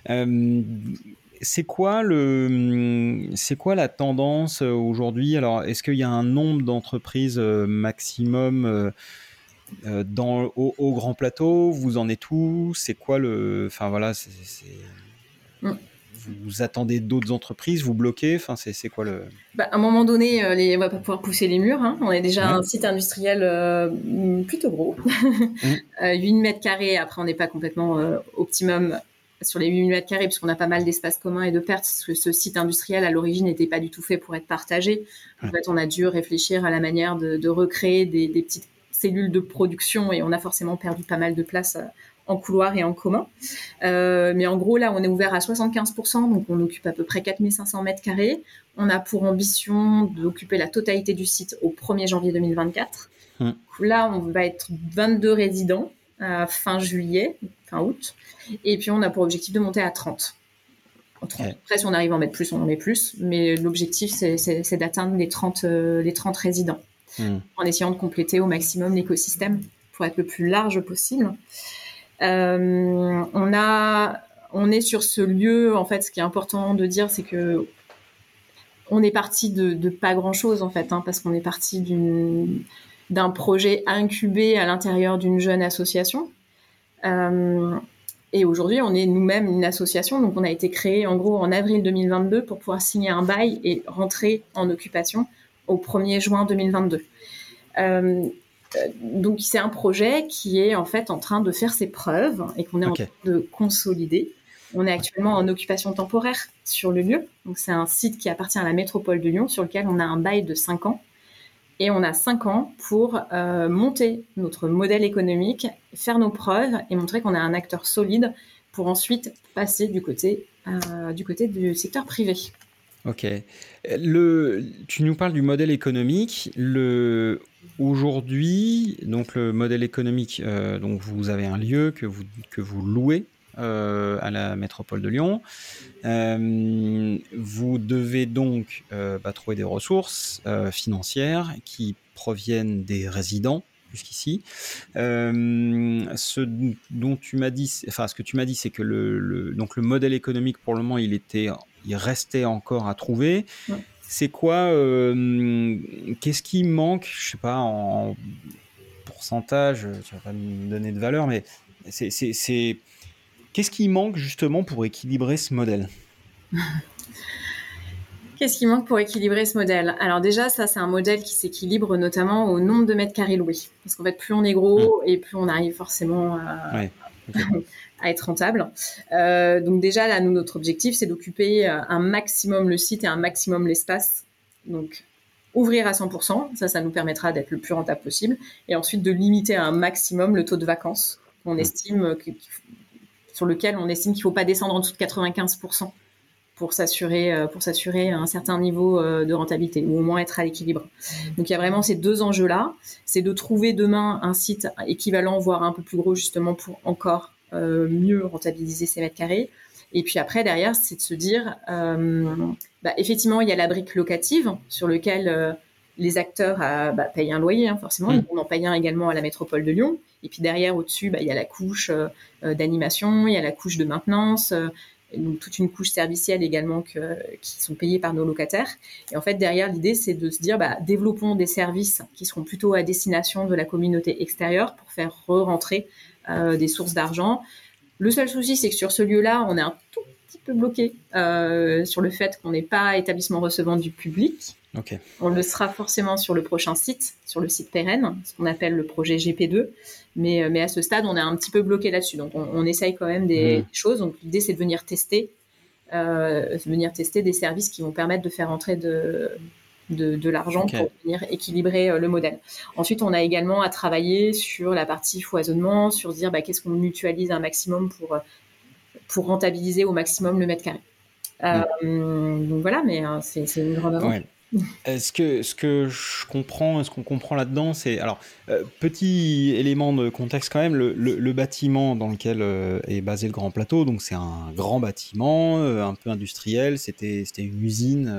C'est quoi la tendance aujourd'hui? Alors, est-ce qu'il y a un nombre d'entreprises maximum au Grand Plateau? Vous en êtes où? C'est quoi vous attendez d'autres entreprises? Vous bloquez? Enfin, c'est quoi le... À un moment donné, on va pas pouvoir pousser les murs. On est déjà un site industriel plutôt gros. 8 mètres carrés. Après, on n'est pas complètement optimum sur les 8 mètres carrés, puisqu'on a pas mal d'espaces communs et de pertes, parce que ce site industriel, à l'origine, n'était pas du tout fait pour être partagé. En fait, on a dû réfléchir à la manière de recréer des petites cellules de production, et on a forcément perdu pas mal de place en couloir et en commun. Mais en gros, là, on est ouvert à 75%, donc on occupe à peu près 4500 mètres carrés. On a pour ambition d'occuper la totalité du site au 1er janvier 2024. Là, on va être 22 résidents fin juillet, fin août. Et puis, on a pour objectif de monter à 30. Après, si on arrive à en mettre plus, on en met plus. Mais l'objectif, c'est d'atteindre les 30 résidents en essayant de compléter au maximum l'écosystème pour être le plus large possible. On est sur ce lieu, en fait, ce qui est important de dire, c'est que on est parti de pas grand-chose, en fait, parce qu'on est parti d'un projet incubé à l'intérieur d'une jeune association. Et aujourd'hui, on est nous-mêmes une association, donc on a été créé en gros en avril 2022 pour pouvoir signer un bail et rentrer en occupation au 1er juin 2022. Donc c'est un projet qui est en fait en train de faire ses preuves et qu'on est en train de consolider. On est actuellement en occupation temporaire sur le lieu. Donc c'est un site qui appartient à la métropole de Lyon sur lequel on a un bail de 5 ans. Et on a 5 ans pour monter notre modèle économique, faire nos preuves et montrer qu'on est un acteur solide pour ensuite passer du côté du secteur privé. Ok. Tu nous parles du modèle économique. Aujourd'hui, donc le modèle économique, donc vous avez un lieu que vous louez à la métropole de Lyon. Vous devez donc trouver des ressources financières qui proviennent des résidents jusqu'ici. Ce que tu m'as dit, c'est que donc le modèle économique pour le moment, il restait encore à trouver. Ouais. C'est quoi qu'est-ce qui manque, je sais pas, en pourcentage, tu vas pas me donner de valeur, mais c'est qu'est-ce qui manque justement pour équilibrer ce modèle ? Qu'est-ce qui manque pour équilibrer ce modèle ? Alors déjà, ça, c'est un modèle qui s'équilibre notamment au nombre de mètres carrés loués. Parce qu'en fait, plus on est gros et plus on arrive forcément à être rentable. Donc déjà, là, nous, notre objectif, c'est d'occuper un maximum le site et un maximum l'espace. Donc, ouvrir à 100%, ça nous permettra d'être le plus rentable possible. Et ensuite, de limiter à un maximum le taux de vacances qu'on estime sur lequel on estime qu'il ne faut pas descendre en dessous de 95% pour s'assurer un certain niveau de rentabilité, ou au moins être à l'équilibre. Donc il y a vraiment ces deux enjeux-là, c'est de trouver demain un site équivalent, voire un peu plus gros justement pour encore mieux rentabiliser ces mètres carrés. Et puis après, derrière, c'est de se dire, effectivement, il y a la brique locative sur lequel les acteurs payent un loyer, forcément. On en paye un également à la métropole de Lyon. Et puis derrière, au-dessus, il y a la couche d'animation, il y a la couche de maintenance, donc toute une couche servicielle également qui sont payées par nos locataires. Et en fait, derrière, l'idée, c'est de se dire, développons des services qui seront plutôt à destination de la communauté extérieure pour faire re-rentrer des sources d'argent. Le seul souci, c'est que sur ce lieu-là, on est un tout petit peu bloqué sur le fait qu'on n'est pas établissement recevant du public. Okay. On le sera forcément sur le prochain site, sur le site pérenne, ce qu'on appelle le projet GP2. Mais à ce stade, on est un petit peu bloqué là-dessus. Donc, on essaye quand même des choses. Donc, l'idée, c'est de venir tester des services qui vont permettre de faire entrer de l'argent pour venir équilibrer le modèle. Ensuite, on a également à travailler sur la partie foisonnement, sur dire qu'est-ce qu'on mutualise un maximum pour rentabiliser au maximum le mètre carré. Donc voilà, mais c'est une grande avance. Ouais. Ce qu'on comprend là-dedans, c'est alors petit élément de contexte quand même, le bâtiment dans lequel est basé le Grand Plateau, donc c'est un grand bâtiment un peu industriel. C'était une usine,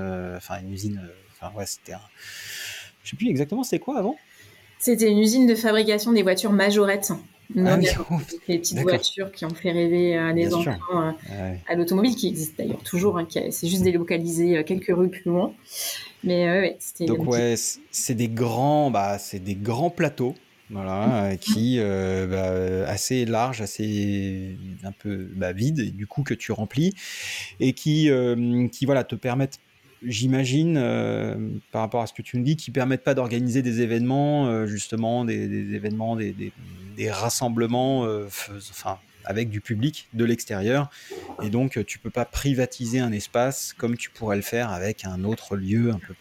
c'était je sais plus exactement c'était quoi avant. C'était une usine de fabrication des voitures majorettes. Les petites voitures qui ont fait rêver les enfants à l'automobile, qui existe d'ailleurs toujours, c'est juste délocalisé quelques rues plus loin. Mais c'était. Donc c'est des grands plateaux, voilà, qui assez larges, assez un peu vides, et du coup que tu remplis et qui voilà te permettent, j'imagine, par rapport à ce que tu me dis, qui permettent pas d'organiser des événements, justement des événements, des rassemblements, avec du public de l'extérieur, et donc tu peux pas privatiser un espace comme tu pourrais le faire avec un autre lieu un peu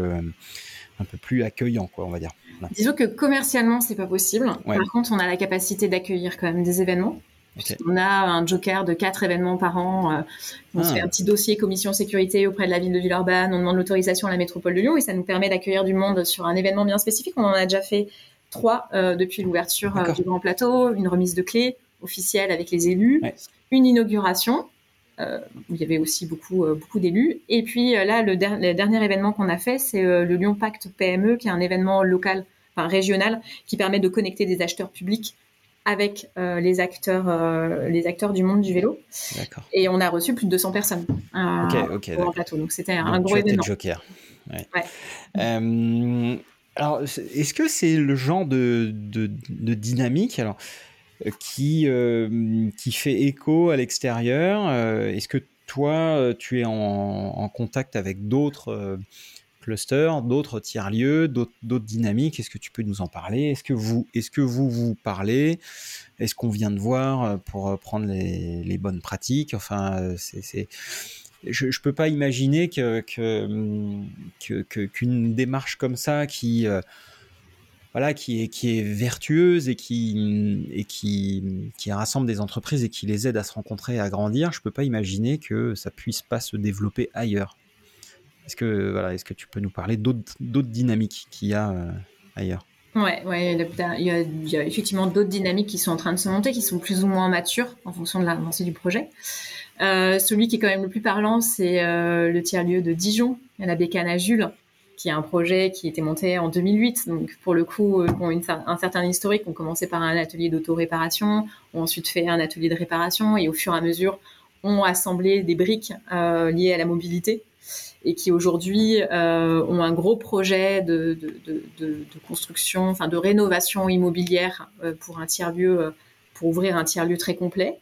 plus accueillant, quoi, on va dire. Voilà. Disons que commercialement c'est pas possible. Par contre, on a la capacité d'accueillir quand même des événements. On a un joker de 4 événements par an. On se fait un petit dossier commission sécurité auprès de la ville de Villeurbanne. On demande l'autorisation à la métropole de Lyon et ça nous permet d'accueillir du monde sur un événement bien spécifique. On en a déjà fait 3 depuis l'ouverture du Grand Plateau. Une remise de clés officielle avec les élus, une inauguration où il y avait aussi beaucoup d'élus. Et puis là, le dernier événement qu'on a fait, c'est le Lyon Pacte PME, qui est un événement local, enfin régional, qui permet de connecter des acheteurs publics avec les acteurs du monde du vélo. D'accord. Et on a reçu plus de 200 personnes pour un plateau. Donc c'était un gros événement. Joker. Alors, est-ce que c'est le genre de dynamique qui fait écho à l'extérieur? Est-ce que toi, tu es en contact avec d'autres clusters, d'autres tiers-lieux, d'autres dynamiques? Est-ce que tu peux nous en parler? Est-ce que vous parlez? Est-ce qu'on vient de voir pour prendre les bonnes pratiques? Enfin, je ne peux pas imaginer qu'une démarche comme ça qui est vertueuse et qui rassemble des entreprises et qui les aide à se rencontrer et à grandir, je ne peux pas imaginer que ça ne puisse pas se développer ailleurs. Est-ce que tu peux nous parler d'autres dynamiques qu'il y a ailleurs? Ouais, il y a effectivement d'autres dynamiques qui sont en train de se monter, qui sont plus ou moins matures en fonction de l'avancée du projet. Celui qui est quand même le plus parlant, c'est le tiers-lieu de Dijon, la Bécane à Jules, qui est un projet qui était monté en 2008. Donc, pour le coup, ont un certain historique. On commençait par un atelier d'auto-réparation, ont ensuite fait un atelier de réparation et au fur et à mesure, ont assemblé des briques liées à la mobilité et qui aujourd'hui ont un gros projet de construction, enfin de rénovation immobilière pour un tiers-lieu, pour ouvrir un tiers-lieu très complet.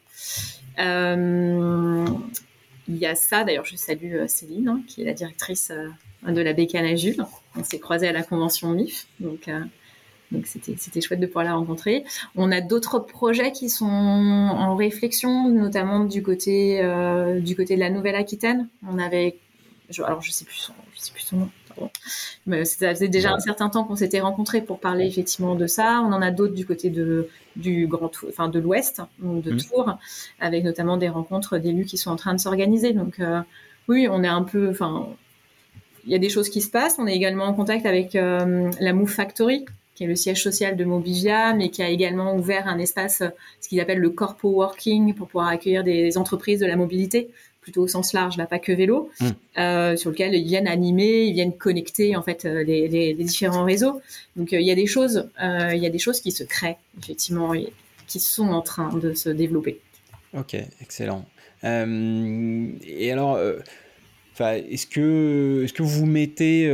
Il y a ça, d'ailleurs je salue Céline, qui est la directrice de la Bécane à Jules. On s'est croisés à la convention MIF, donc c'était chouette de pouvoir la rencontrer. On a d'autres projets qui sont en réflexion, notamment du côté de la Nouvelle-Aquitaine. On avait, alors je sais plus son nom. Pardon. Mais ça faisait déjà un certain temps qu'on s'était rencontrés pour parler effectivement de ça. On en a d'autres du côté de l'Ouest, donc de Tours, avec notamment des rencontres d'élus qui sont en train de s'organiser. Donc oui, on est un peu, enfin, il y a des choses qui se passent. On est également en contact avec la Move Factory, qui est le siège social de Mobivia, mais qui a également ouvert un espace, ce qu'ils appellent le corpo working, pour pouvoir accueillir des entreprises de la mobilité, plutôt au sens large, là, pas que vélo, sur lequel ils viennent animer, ils viennent connecter en fait les différents réseaux. Donc il y a des choses qui se créent effectivement et qui sont en train de se développer. Ok, excellent. Et alors, est-ce que vous mettez,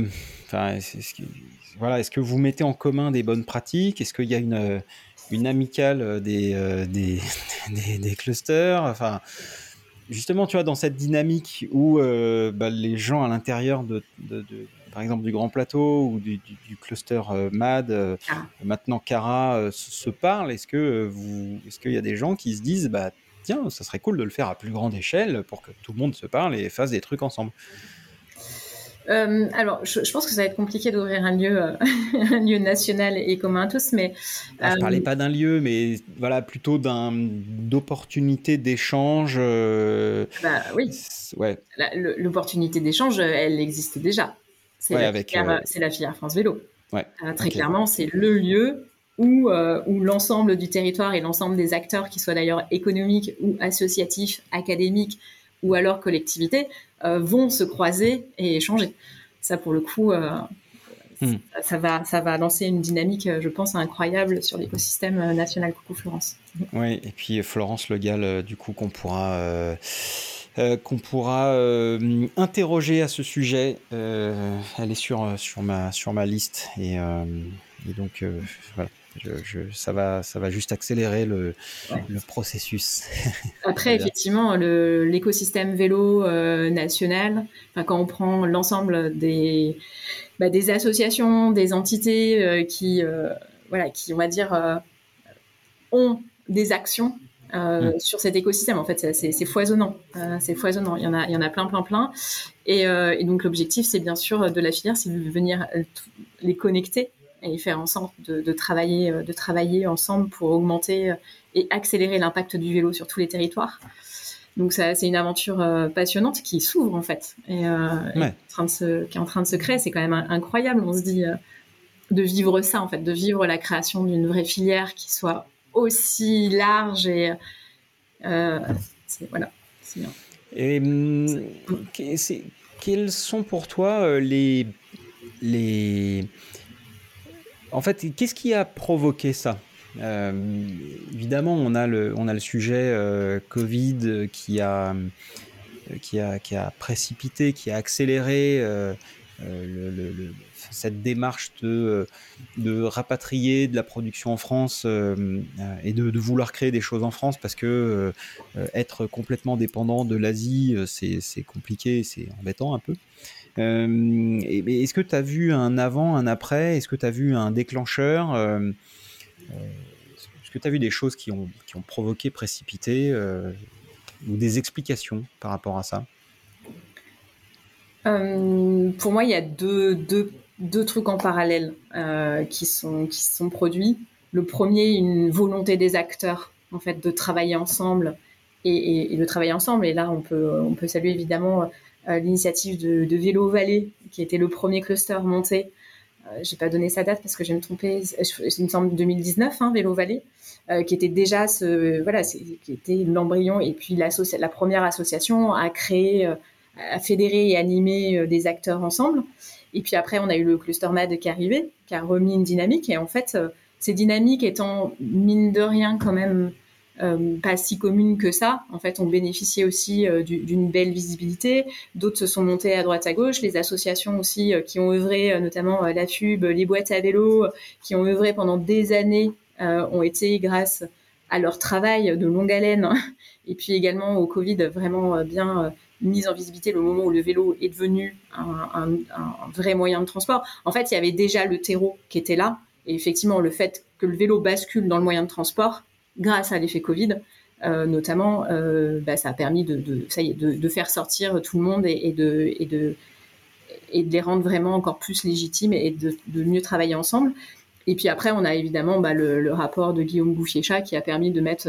est-ce que vous mettez en commun des bonnes pratiques? Est-ce qu'il y a une amicale des clusters? Enfin, justement, tu vois, dans cette dynamique où les gens à l'intérieur par exemple, du Grand Plateau ou du cluster MAD, maintenant Cara, se parlent, est-ce qu'il y a des gens qui se disent, tiens, ça serait cool de le faire à plus grande échelle pour que tout le monde se parle et fasse des trucs ensemble? Alors, je pense que ça va être compliqué d'ouvrir un lieu national et commun à tous, mais je parlais pas d'un lieu, mais voilà, plutôt d'opportunité d'échange. Oui. Ouais. L'opportunité d'échange, elle existe déjà. C'est la filière France Vélo. Ouais. Très clairement, c'est le lieu où l'ensemble du territoire et l'ensemble des acteurs, qui soient d'ailleurs économiques ou associatifs, académiques ou alors collectivités, vont se croiser et échanger. Ça, pour le coup, ça va lancer une dynamique, je pense, incroyable sur l'écosystème national. Coucou Florence. Oui, et puis Florence Le Gall, du coup, qu'on pourra interroger à ce sujet. Elle est sur ma liste et donc voilà. Ça va juste accélérer le processus. Après, effectivement, l'écosystème vélo national, quand on prend l'ensemble des associations, des entités qui, on va dire, ont des actions sur cet écosystème. En fait, c'est foisonnant. C'est foisonnant. Il y en a plein. Et donc, l'objectif, c'est bien sûr de la filière, c'est de venir les connecter et faire en sorte de travailler ensemble pour augmenter et accélérer l'impact du vélo sur tous les territoires. Donc ça, c'est une aventure passionnante qui s'ouvre en fait et qui est en train de se créer. C'est quand même incroyable. On se dit de vivre ça en fait, de vivre la création d'une vraie filière qui soit aussi large et c'est bien. Et quels sont pour toi en fait, qu'est-ce qui a provoqué ça? Évidemment, on a le sujet Covid qui a précipité, qui a accéléré cette démarche de rapatrier de la production en France et de vouloir créer des choses en France parce que être complètement dépendant de l'Asie, c'est compliqué, c'est embêtant un peu. Mais est-ce que tu as vu un avant, un après? Est-ce que tu as vu un déclencheur? Est-ce que tu as vu des choses qui ont provoqué, précipité ou des explications par rapport à ça? Pour moi, il y a deux trucs en parallèle qui sont produits. Le premier, une volonté des acteurs en fait de travailler ensemble et de travailler ensemble. Et là, on peut saluer évidemment l'initiative de Vélo Vallée, qui était le premier cluster monté. J'ai pas donné sa date parce que je vais me tromper. Il me semble 2019, Vélo Vallée, qui était déjà qui était l'embryon et puis la première association à créer, à fédérer et animer des acteurs ensemble. Et puis après, on a eu le cluster MAD qui est arrivé, qui a remis une dynamique. Et en fait, ces dynamiques étant mine de rien quand même pas si communes que ça, en fait, ont bénéficié aussi d'une belle visibilité. D'autres se sont montés à droite à gauche. Les associations aussi qui ont œuvré, notamment la FUB, les boîtes à vélo, qui ont œuvré pendant des années, ont été, grâce à leur travail de longue haleine, et puis également au Covid, vraiment bien mise en visibilité le moment où le vélo est devenu un vrai moyen de transport. En fait, il y avait déjà le terreau qui était là, et effectivement, le fait que le vélo bascule dans le moyen de transport, grâce à l'effet Covid, notamment, ça a permis de faire sortir tout le monde et de les rendre vraiment encore plus légitimes et de mieux travailler ensemble. Et puis après, on a évidemment le rapport de Guillaume Bouffier-Chat qui a permis de mettre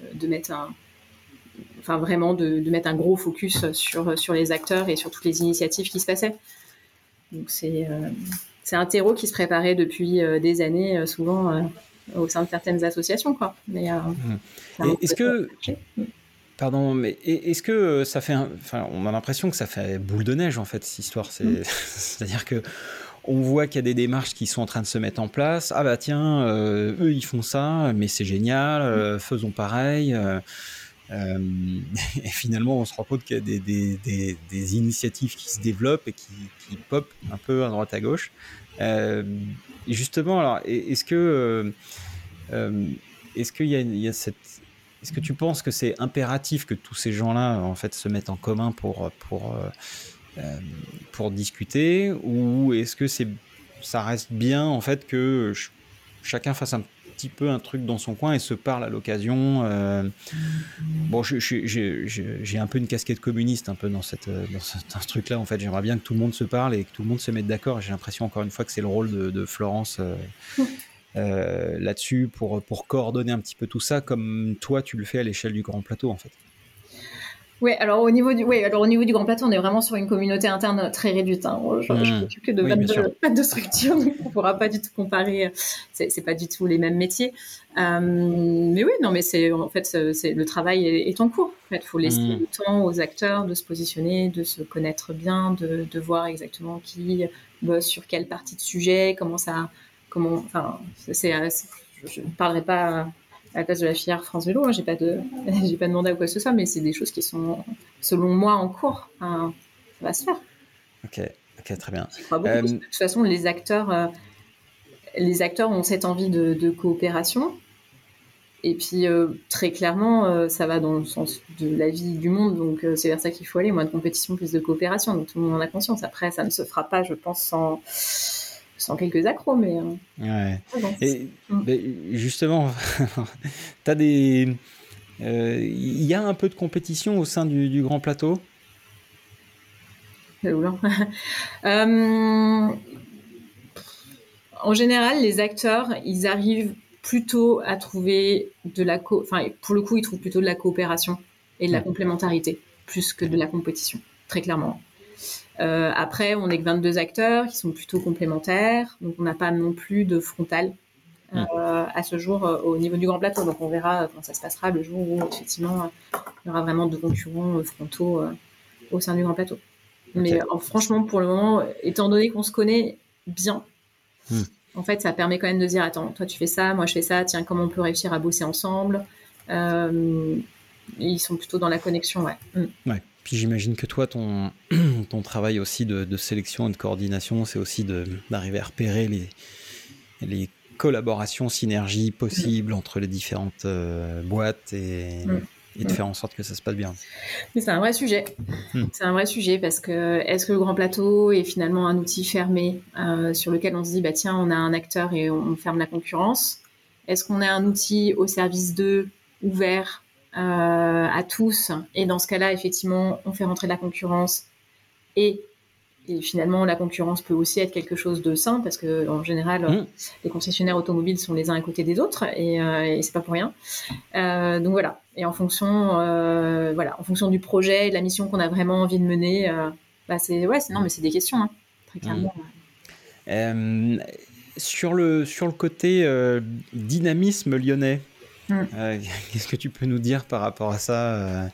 un gros focus sur les acteurs et sur toutes les initiatives qui se passaient. Donc c'est un terreau qui se préparait depuis des années, souvent au sein de certaines associations, quoi. Mais est-ce que pardon, mais est-ce que ça fait on a l'impression que ça fait boule de neige en fait cette histoire. C'est-à-dire que on voit qu'il y a des démarches qui sont en train de se mettre en place. Ah bah tiens, eux ils font ça, mais c'est génial, faisons pareil. Et finalement, on se rend compte qu'il y a des initiatives qui se développent et qui popent un peu à droite à gauche. Et justement, alors, est-ce que est-ce que tu penses que c'est impératif que tous ces gens-là en fait se mettent en commun pour discuter, ou est-ce que ça reste bien en fait que chacun fasse un petit peu un truc dans son coin et se parle à l'occasion? Bon, j'ai un peu une casquette communiste un peu dans ce truc-là en fait. J'aimerais bien que tout le monde se parle et que tout le monde se mette d'accord. J'ai l'impression encore une fois que c'est le rôle de Florence là-dessus pour coordonner un petit peu tout ça, comme toi tu le fais à l'échelle du Grand Plateau en fait. Oui, alors au niveau du Grand Plateau, on est vraiment sur une communauté interne très réduite. Je m'occupe que de 22 structures, donc on ne pourra pas du tout comparer. C'est pas du tout les mêmes métiers. Mais oui, non, mais le travail est en cours. En fait, faut laisser le temps aux acteurs de se positionner, de se connaître bien, de voir exactement qui bosse sur quelle partie de sujet, je ne parlerai pas à la place de la filière France Vélo, j'ai pas de mandat ou quoi que ce soit, mais c'est des choses qui sont, selon moi, en cours. Ça va se faire. Ok, très bien. J'y crois beaucoup, parce que de toute façon, les acteurs ont cette envie de coopération. Et puis, très clairement, ça va dans le sens de la vie du monde, donc c'est vers ça qu'il faut aller. Moins de compétition, plus de coopération, donc tout le monde en a conscience. Après, ça ne se fera pas, je pense, sans quelques accros, mais... Ouais. Et justement, t'as il y a un peu de compétition au sein du Grand Plateau? En général, les acteurs, ils arrivent plutôt à trouver pour le coup, ils trouvent plutôt de la coopération et de la complémentarité, plus que de la compétition, très clairement. Après, on n'est que 22 acteurs qui sont plutôt complémentaires, donc on n'a pas non plus de frontal à ce jour au niveau du grand plateau. Donc on verra quand ça se passera le jour où effectivement il y aura vraiment de concurrents frontaux au sein du grand plateau. Mais franchement, pour le moment, étant donné qu'on se connaît bien, en fait, ça permet quand même de dire, attends, toi tu fais ça, moi je fais ça, tiens, comment on peut réussir à bosser ensemble. Ils sont plutôt dans la connexion, ouais. Ouais. Puis j'imagine que toi, ton travail aussi de sélection et de coordination, c'est aussi d'arriver à repérer les collaborations, synergies possibles entre les différentes boîtes et de faire en sorte que ça se passe bien. Mais c'est un vrai sujet. C'est un vrai sujet parce que est-ce que le grand plateau est finalement un outil fermé sur lequel on se dit, bah tiens, on a un acteur et on ferme la concurrence? Est-ce qu'on a un outil au service d'eux, ouvert à tous? Et dans ce cas-là, effectivement, on fait rentrer de la concurrence et finalement, la concurrence peut aussi être quelque chose de sain parce que en général, les concessionnaires automobiles sont les uns à côté des autres et c'est pas pour rien. Donc voilà. Et en fonction du projet et de la mission qu'on a vraiment envie de mener, c'est des questions, hein, très clairement. Sur le côté dynamisme lyonnais, qu'est-ce que tu peux nous dire par rapport à ça?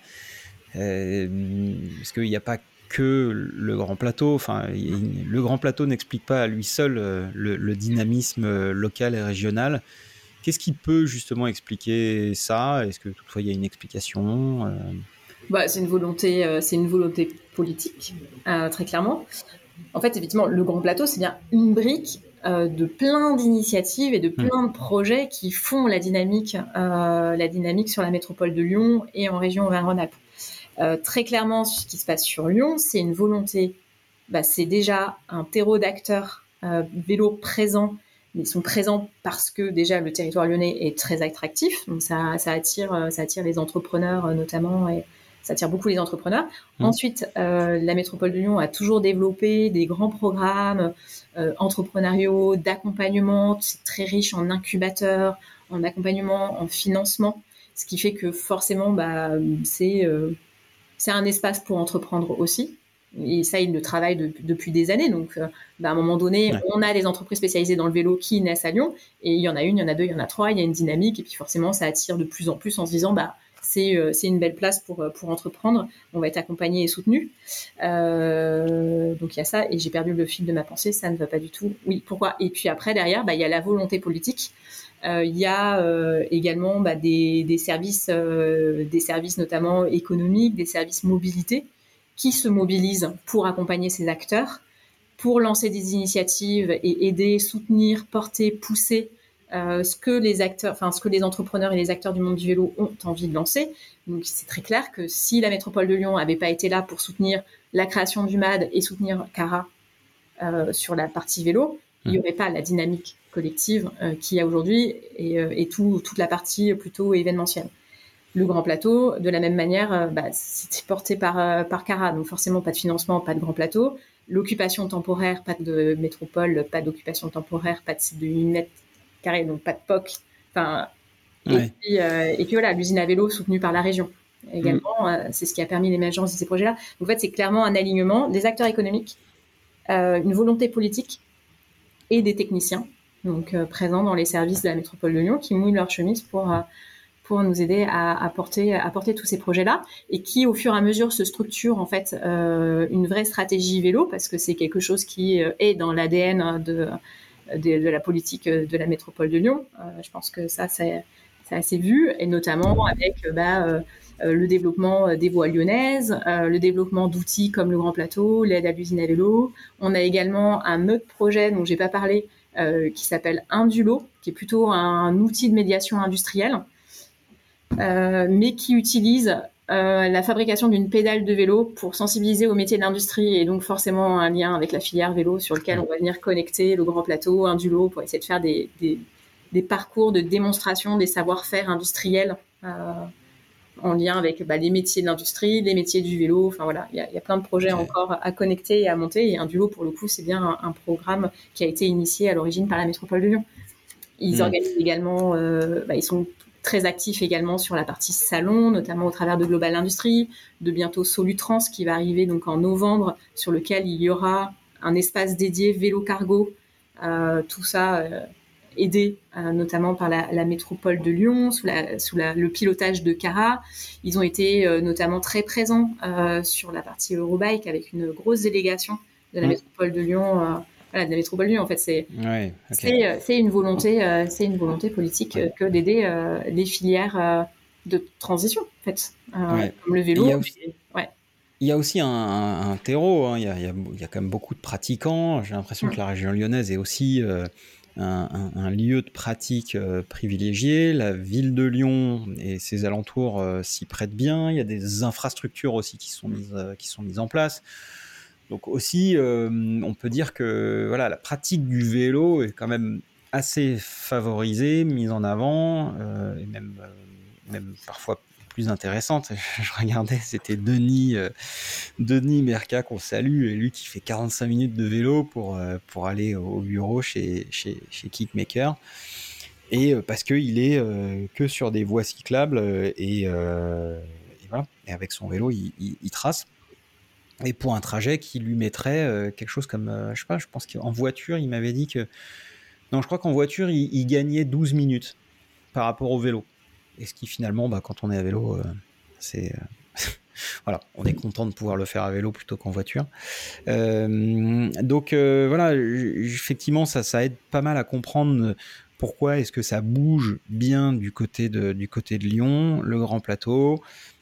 Parce qu'il n'y a pas que le grand plateau. Enfin, le grand plateau n'explique pas à lui seul le dynamisme local et régional. Qu'est-ce qui peut justement expliquer ça? Est-ce que toutefois il y a une explication? C'est une volonté politique, très clairement. En fait, effectivement, le grand plateau, c'est bien une brique de plein d'initiatives et de plein de projets qui font la dynamique sur la métropole de Lyon et en région Auvergne-Rhône-Alpes. Très clairement, ce qui se passe sur Lyon, c'est une volonté. C'est déjà un terreau d'acteurs vélo présents, mais ils sont présents parce que déjà le territoire lyonnais est très attractif, donc ça attire les entrepreneurs notamment, et ça attire beaucoup les entrepreneurs. Ensuite, la métropole de Lyon a toujours développé des grands programmes entrepreneuriaux, d'accompagnement. C'est très riche en incubateurs, en accompagnement, en financement, ce qui fait que forcément, c'est un espace pour entreprendre aussi. Et ça, ils le travaillent depuis des années. Donc, à un moment donné, on a des entreprises spécialisées dans le vélo qui naissent à Lyon. Et il y en a une, il y en a deux, il y en a trois. Il y a une dynamique. Et puis, forcément, ça attire de plus en plus en se disant, c'est une belle place pour entreprendre. On va être accompagné et soutenu. Donc, il y a ça. Et j'ai perdu le fil de ma pensée. Ça ne va pas du tout. Oui, pourquoi? Et puis après, derrière, il y a la volonté politique. Il y a également des services notamment économiques, des services mobilité qui se mobilisent pour accompagner ces acteurs, pour lancer des initiatives et aider, soutenir, porter, pousser ce que les entrepreneurs et les acteurs du monde du vélo ont envie de lancer. Donc c'est très clair que si la métropole de Lyon n'avait pas été là pour soutenir la création du MAD et soutenir Cara sur la partie vélo, il n'y aurait pas la dynamique collective qu'il y a aujourd'hui et toute la partie plutôt événementielle. Le grand plateau, de la même manière, c'était porté par Cara, donc forcément pas de financement, pas de grand plateau. L'occupation temporaire, pas de métropole, pas d'occupation temporaire, pas de site de 8 mètres carrés, donc pas de POC. Et puis voilà, l'usine à vélo soutenue par la région. Également, c'est ce qui a permis l'émergence de ces projets-là. Donc, en fait, c'est clairement un alignement des acteurs économiques, une volonté politique et des techniciens, donc présents dans les services de la métropole de Lyon, qui mouillent leur chemise pour nous aider à porter tous ces projets-là, et qui, au fur et à mesure, se structure en fait une vraie stratégie vélo, parce que c'est quelque chose qui est dans l'ADN de la politique de la métropole de Lyon. Je pense que ça, c'est assez vu, et notamment avec le développement des voies lyonnaises, le développement d'outils comme le Grand Plateau, l'aide à l'usine à vélo. On a également un autre projet dont j'ai pas parlé, qui s'appelle Indulo, qui est plutôt un outil de médiation industrielle, mais qui utilise la fabrication d'une pédale de vélo pour sensibiliser au métier de l'industrie, et donc forcément un lien avec la filière vélo sur lequel on va venir connecter le Grand Plateau, Indulo, pour essayer de faire des parcours de démonstration des savoir-faire industriels en lien avec les métiers de l'industrie, les métiers du vélo. Enfin voilà, il y a plein de projets encore à connecter et à monter. Et un duo, pour le coup, c'est bien un programme qui a été initié à l'origine par la métropole de Lyon. Ils organisent également, ils sont très actifs également sur la partie salon, notamment au travers de Global Industrie, de bientôt Solutrans qui va arriver donc en novembre, sur lequel il y aura un espace dédié vélo cargo. Tout ça aidé notamment par la métropole de Lyon, sous le pilotage de Cara. Ils ont été notamment très présents sur la partie Eurobike avec une grosse délégation de la métropole de Lyon. De la métropole de Lyon, en fait, c'est une volonté politique que d'aider les filières de transition, en fait, comme le vélo. Il y a aussi un terreau, hein. Il y a quand même beaucoup de pratiquants. J'ai l'impression que la région lyonnaise est aussi un lieu de pratique privilégié. La ville de Lyon et ses alentours s'y prêtent bien. Il y a des infrastructures aussi qui sont mises en place. Donc aussi, on peut dire que voilà, la pratique du vélo est quand même assez favorisée, mise en avant, et même parfois plus intéressante. Je regardais, c'était Denis Merca qu'on salue, et lui qui fait 45 minutes de vélo pour aller au bureau chez Kickmaker, et parce qu'il est que sur des voies cyclables, et voilà, et avec son vélo il trace. Et pour un trajet qui lui mettrait quelque chose comme, je sais pas, je pense qu'en voiture, il m'avait dit que... Non, je crois qu'en voiture, il gagnait 12 minutes par rapport au vélo. Et ce qui finalement, quand on est à vélo, c'est... voilà, on est content de pouvoir le faire à vélo plutôt qu'en voiture. Donc voilà, effectivement, ça aide pas mal à comprendre pourquoi est-ce que ça bouge bien du côté de Lyon, le Grand Plateau.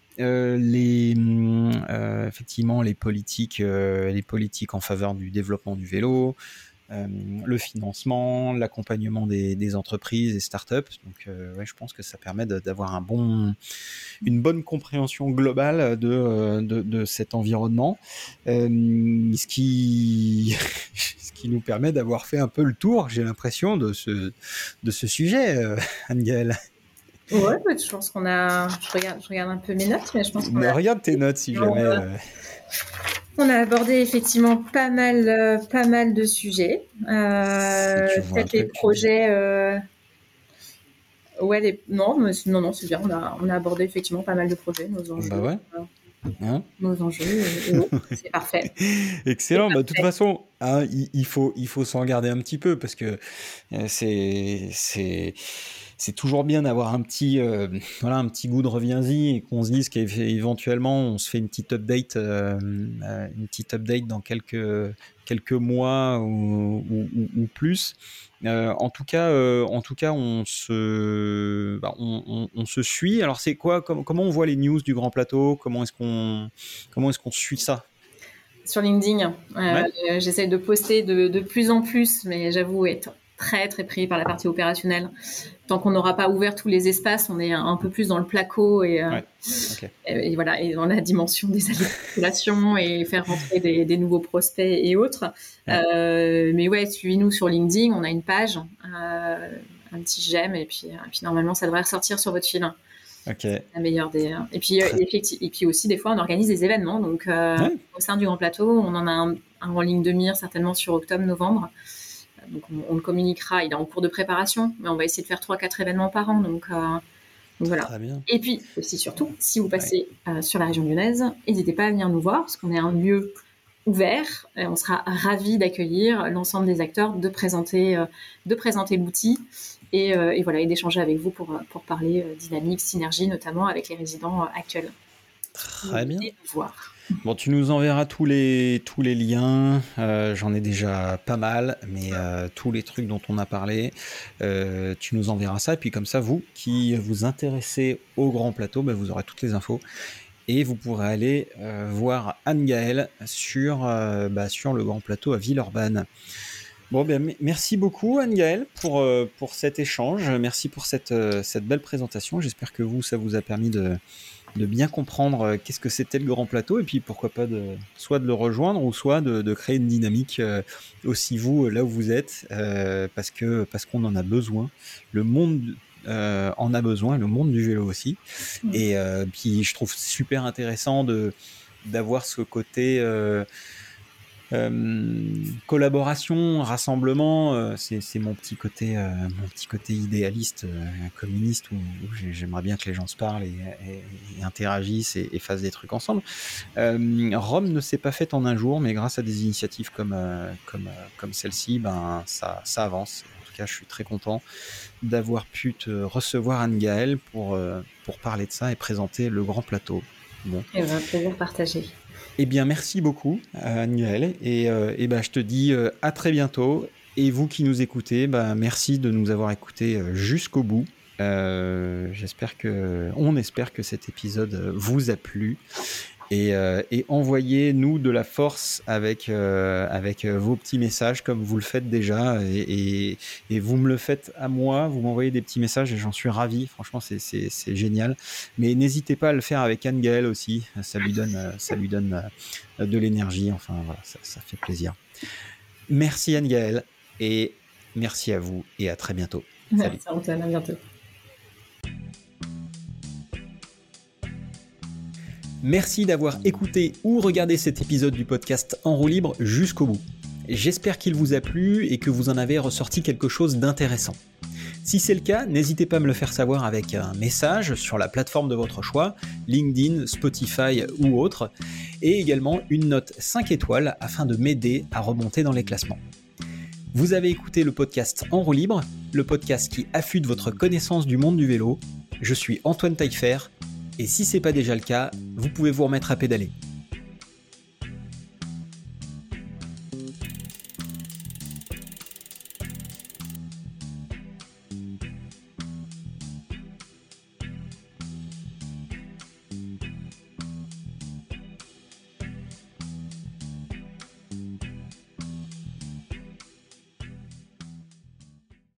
Effectivement les politiques en faveur du développement du vélo, le financement, l'accompagnement des entreprises et startups. Donc je pense que ça permet d'avoir une bonne compréhension globale de cet environnement, ce qui nous permet d'avoir fait un peu le tour, j'ai l'impression, de ce sujet, Anne-Gaëlle. Ouais, je pense qu'on a... Je regarde un peu mes notes, mais je pense qu'on a... Regarde tes notes si jamais... On a abordé effectivement pas mal de sujets. Peut-être les projets... Non, c'est bien. On a abordé effectivement pas mal de projets, nos enjeux. Nos enjeux, c'est parfait. Excellent. De toute façon, hein, il faut s'en garder un petit peu, parce que c'est toujours bien d'avoir un petit goût de reviens-y, et qu'on se dise qu'éventuellement on se fait une petite update dans quelques mois ou plus. En tout cas, on se suit. Alors c'est quoi, comment on voit les news du Grand Plateau? Comment est-ce qu'on suit ça? Sur LinkedIn, j'essaie de poster de plus en plus, mais j'avoue être très très pris par la partie opérationnelle. Tant qu'on n'aura pas ouvert tous les espaces, on est un peu plus dans le placo et voilà, et dans la dimension des populations et faire rentrer des nouveaux prospects et autres. Mais ouais, suivez-nous sur LinkedIn, on a une page, un petit j'aime, et puis normalement ça devrait ressortir sur votre fil. Okay. La meilleure des... Et puis aussi, des fois, on organise des événements. Donc, au sein du Grand Plateau, on en a un en ligne de mire, certainement sur octobre-novembre. Donc, on le communiquera. Il est en cours de préparation, mais on va essayer de faire 3-4 événements par an. Donc voilà. Très bien. Et puis, aussi, surtout, si vous passez sur la région lyonnaise, n'hésitez pas à venir nous voir, parce qu'on est un lieu ouvert. On sera ravis d'accueillir l'ensemble des acteurs, de présenter l'outil. Et voilà, et d'échanger avec vous pour parler dynamique, synergie, notamment avec les résidents actuels. Très bien. Voir. Bon, tu nous enverras tous les liens. J'en ai déjà pas mal, mais tous les trucs dont on a parlé, tu nous enverras ça. Et puis comme ça, vous qui vous intéressez au Grand Plateau, vous aurez toutes les infos. Et vous pourrez aller voir Anne-Gaëlle sur le Grand Plateau à Villeurbanne. Bon, merci beaucoup Anne-Gaëlle pour cet échange. Merci pour cette belle présentation. J'espère que ça vous a permis de bien comprendre qu'est-ce que c'était le Grand Plateau, et puis pourquoi pas soit de le rejoindre, ou soit de créer une dynamique aussi vous là où vous êtes, parce qu'on en a besoin. Le monde en a besoin, le monde du vélo aussi. Et puis je trouve super intéressant d'avoir ce côté collaboration, rassemblement. C'est mon petit côté idéaliste, communiste, où j'aimerais bien que les gens se parlent et interagissent et fassent des trucs ensemble. Rome ne s'est pas faite en un jour, mais grâce à des initiatives comme celle-ci, ça avance. En tout cas, je suis très content d'avoir pu te recevoir, Anne-Gaëlle, pour parler de ça et présenter le Grand Plateau. Bon. Plaisir partagé. Eh bien, merci beaucoup, Anne-Gaëlle, et je te dis à très bientôt. Et vous qui nous écoutez, merci de nous avoir écoutés jusqu'au bout. On espère que cet épisode vous a plu. Et envoyez-nous de la force avec vos petits messages comme vous le faites déjà, et vous me le faites à moi, vous m'envoyez des petits messages et j'en suis ravi, franchement c'est génial. Mais n'hésitez pas à le faire avec Anne-Gaëlle aussi, ça lui donne de l'énergie, enfin voilà, ça fait plaisir. Merci Anne-Gaëlle, et merci à vous, et à très bientôt. Merci Antoine, à bientôt. Merci d'avoir écouté ou regardé cet épisode du podcast En roue libre jusqu'au bout. J'espère qu'il vous a plu et que vous en avez ressorti quelque chose d'intéressant. Si c'est le cas, n'hésitez pas à me le faire savoir avec un message sur la plateforme de votre choix, LinkedIn, Spotify ou autre, et également une note 5 étoiles afin de m'aider à remonter dans les classements. Vous avez écouté le podcast En roue libre, le podcast qui affûte votre connaissance du monde du vélo. Je suis Antoine Taillefer. Et si c'est pas déjà le cas, vous pouvez vous remettre à pédaler.